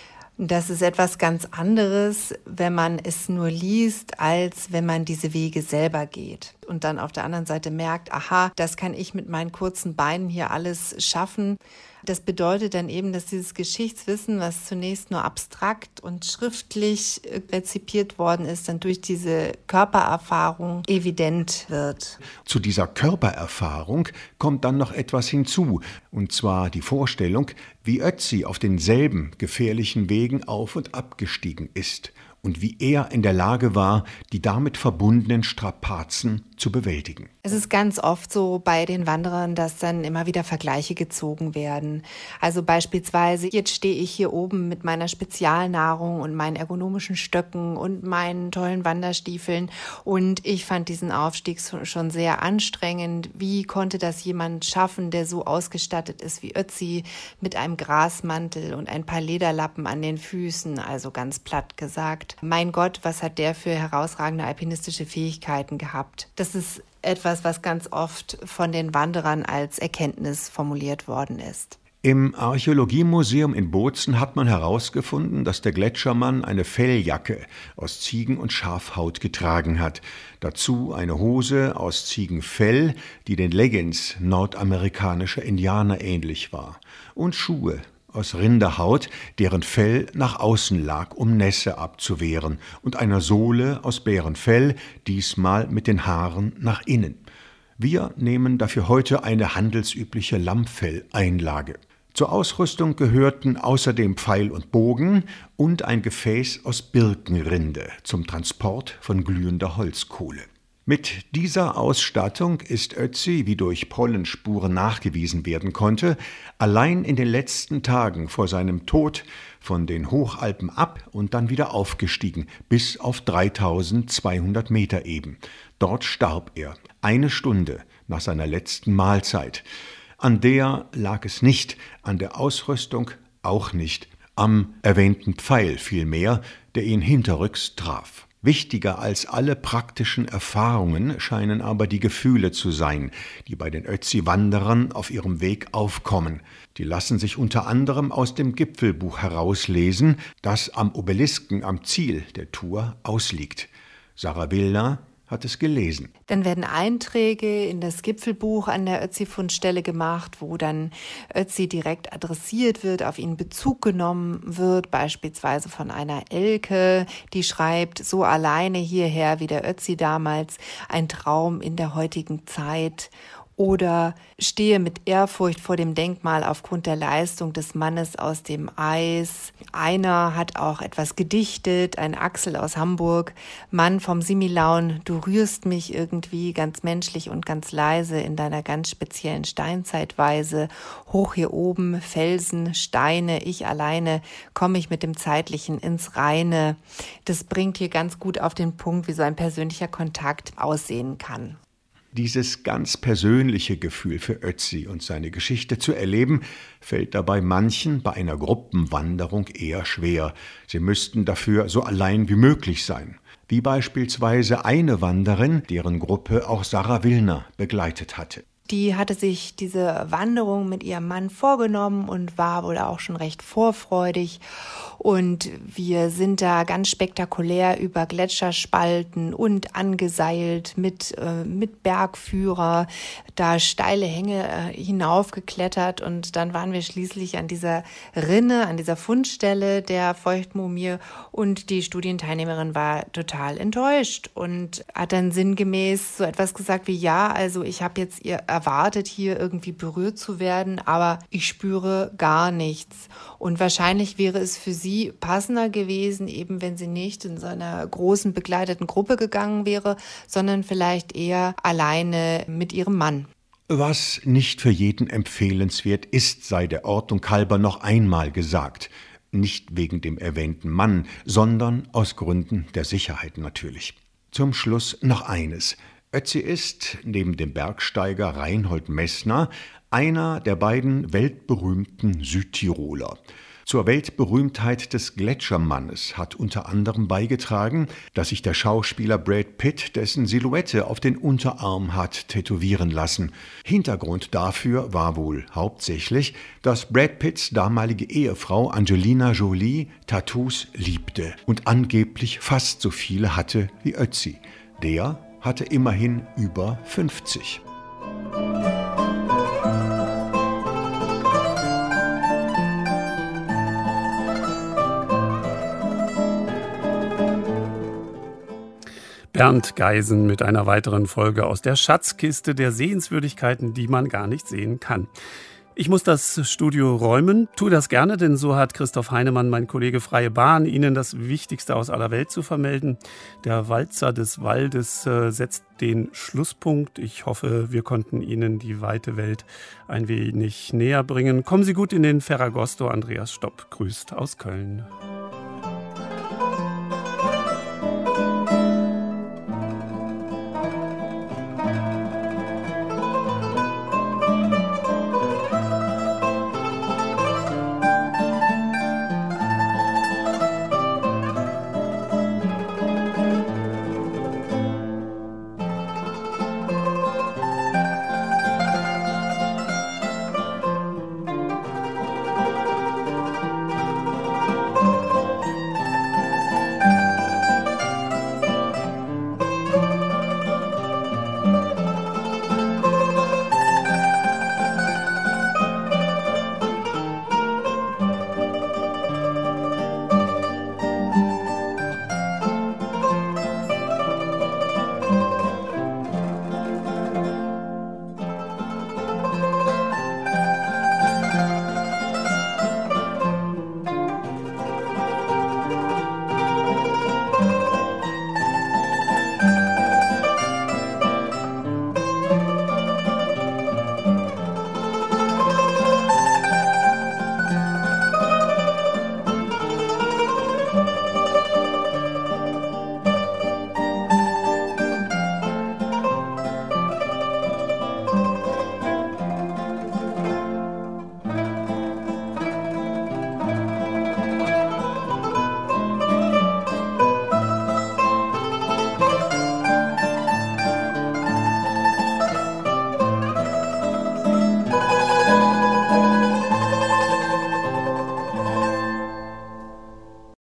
Das ist etwas ganz anderes, wenn man es nur liest, als wenn man diese Wege selber geht. Und dann auf der anderen Seite merkt, aha, das kann ich mit meinen kurzen Beinen hier alles schaffen. Das bedeutet dann eben, dass dieses Geschichtswissen, was zunächst nur abstrakt und schriftlich rezipiert worden ist, dann durch diese Körpererfahrung evident wird. Zu dieser Körpererfahrung kommt dann noch etwas hinzu, und zwar die Vorstellung, wie Ötzi auf denselben gefährlichen Wegen auf- und abgestiegen ist und wie er in der Lage war, die damit verbundenen Strapazen zu bewältigen. Es ist ganz oft so bei den Wanderern, dass dann immer wieder Vergleiche gezogen werden. Also beispielsweise, jetzt stehe ich hier oben mit meiner Spezialnahrung und meinen ergonomischen Stöcken und meinen tollen Wanderstiefeln und ich fand diesen Aufstieg schon sehr anstrengend. Wie konnte das jemand schaffen, der so ausgestattet ist wie Ötzi, mit einem Grasmantel und ein paar Lederlappen an den Füßen, also ganz platt gesagt. Mein Gott, was hat der für herausragende alpinistische Fähigkeiten gehabt? Das ist etwas, was ganz oft von den Wanderern als Erkenntnis formuliert worden ist. Im Archäologiemuseum in Bozen hat man herausgefunden, dass der Gletschermann eine Felljacke aus Ziegen- und Schafhaut getragen hat. Dazu eine Hose aus Ziegenfell, die den Leggings nordamerikanischer Indianer ähnlich war. Und Schuhe aus Rinderhaut, deren Fell nach außen lag, um Nässe abzuwehren, und einer Sohle aus Bärenfell, diesmal mit den Haaren nach innen. Wir nehmen dafür heute eine handelsübliche Lammfelleinlage. Zur Ausrüstung gehörten außerdem Pfeil und Bogen und ein Gefäß aus Birkenrinde zum Transport von glühender Holzkohle. Mit dieser Ausstattung ist Ötzi, wie durch Pollenspuren nachgewiesen werden konnte, allein in den letzten Tagen vor seinem Tod von den Hochalpen ab und dann wieder aufgestiegen, bis auf 3200 Meter eben. Dort starb er, 1 Stunde nach seiner letzten Mahlzeit. An der lag es nicht, an der Ausrüstung auch nicht, am erwähnten Pfeil vielmehr, der ihn hinterrücks traf. Wichtiger als alle praktischen Erfahrungen scheinen aber die Gefühle zu sein, die bei den Ötzi-Wanderern auf ihrem Weg aufkommen. Die lassen sich unter anderem aus dem Gipfelbuch herauslesen, das am Obelisken am Ziel der Tour ausliegt. Sarah Willner hat es gelesen. Dann werden Einträge in das Gipfelbuch an der Ötzi-Fundstelle gemacht, wo dann Ötzi direkt adressiert wird, auf ihn Bezug genommen wird, beispielsweise von einer Elke, die schreibt, so alleine hierher wie der Ötzi damals, ein Traum in der heutigen Zeit. Oder stehe mit Ehrfurcht vor dem Denkmal aufgrund der Leistung des Mannes aus dem Eis. Einer hat auch etwas gedichtet, ein Axel aus Hamburg. Mann vom Similaun, du rührst mich irgendwie ganz menschlich und ganz leise in deiner ganz speziellen Steinzeitweise. Hoch hier oben, Felsen, Steine, ich alleine, komme ich mit dem Zeitlichen ins Reine. Das bringt hier ganz gut auf den Punkt, wie so ein persönlicher Kontakt aussehen kann. Dieses ganz persönliche Gefühl für Ötzi und seine Geschichte zu erleben, fällt dabei manchen bei einer Gruppenwanderung eher schwer. Sie müssten dafür so allein wie möglich sein. Wie beispielsweise eine Wanderin, deren Gruppe auch Sarah Willner begleitet hatte. Die hatte sich diese Wanderung mit ihrem Mann vorgenommen und war wohl auch schon recht vorfreudig. Und wir sind da ganz spektakulär über Gletscherspalten und angeseilt mit Bergführer, da steile Hänge hinaufgeklettert. Und dann waren wir schließlich an dieser Rinne, an dieser Fundstelle der Feuchtmumie. Und die Studienteilnehmerin war total enttäuscht und hat dann sinngemäß so etwas gesagt wie, ja, also ich habe jetzt erwartet, hier irgendwie berührt zu werden, aber ich spüre gar nichts. Und wahrscheinlich wäre es für sie passender gewesen, eben wenn sie nicht in so einer großen begleiteten Gruppe gegangen wäre, sondern vielleicht eher alleine mit ihrem Mann. Was nicht für jeden empfehlenswert ist, sei der Ordnung halber noch einmal gesagt. Nicht wegen dem erwähnten Mann, sondern aus Gründen der Sicherheit natürlich. Zum Schluss noch eines. Ötzi ist, neben dem Bergsteiger Reinhold Messner, einer der beiden weltberühmten Südtiroler. Zur Weltberühmtheit des Gletschermannes hat unter anderem beigetragen, dass sich der Schauspieler Brad Pitt dessen Silhouette auf den Unterarm hat tätowieren lassen. Hintergrund dafür war wohl hauptsächlich, dass Brad Pitts damalige Ehefrau Angelina Jolie Tattoos liebte und angeblich fast so viele hatte wie Ötzi. Der hatte immerhin über 50. Bernd Geisen mit einer weiteren Folge aus der Schatzkiste der Sehenswürdigkeiten, die man gar nicht sehen kann. Ich muss das Studio räumen, tue das gerne, denn so hat Christoph Heinemann, mein Kollege Freie Bahn, Ihnen das Wichtigste aus aller Welt zu vermelden. Der Walzer des Waldes setzt den Schlusspunkt. Ich hoffe, wir konnten Ihnen die weite Welt ein wenig näher bringen. Kommen Sie gut in den Ferragosto. Andreas Stopp grüßt aus Köln.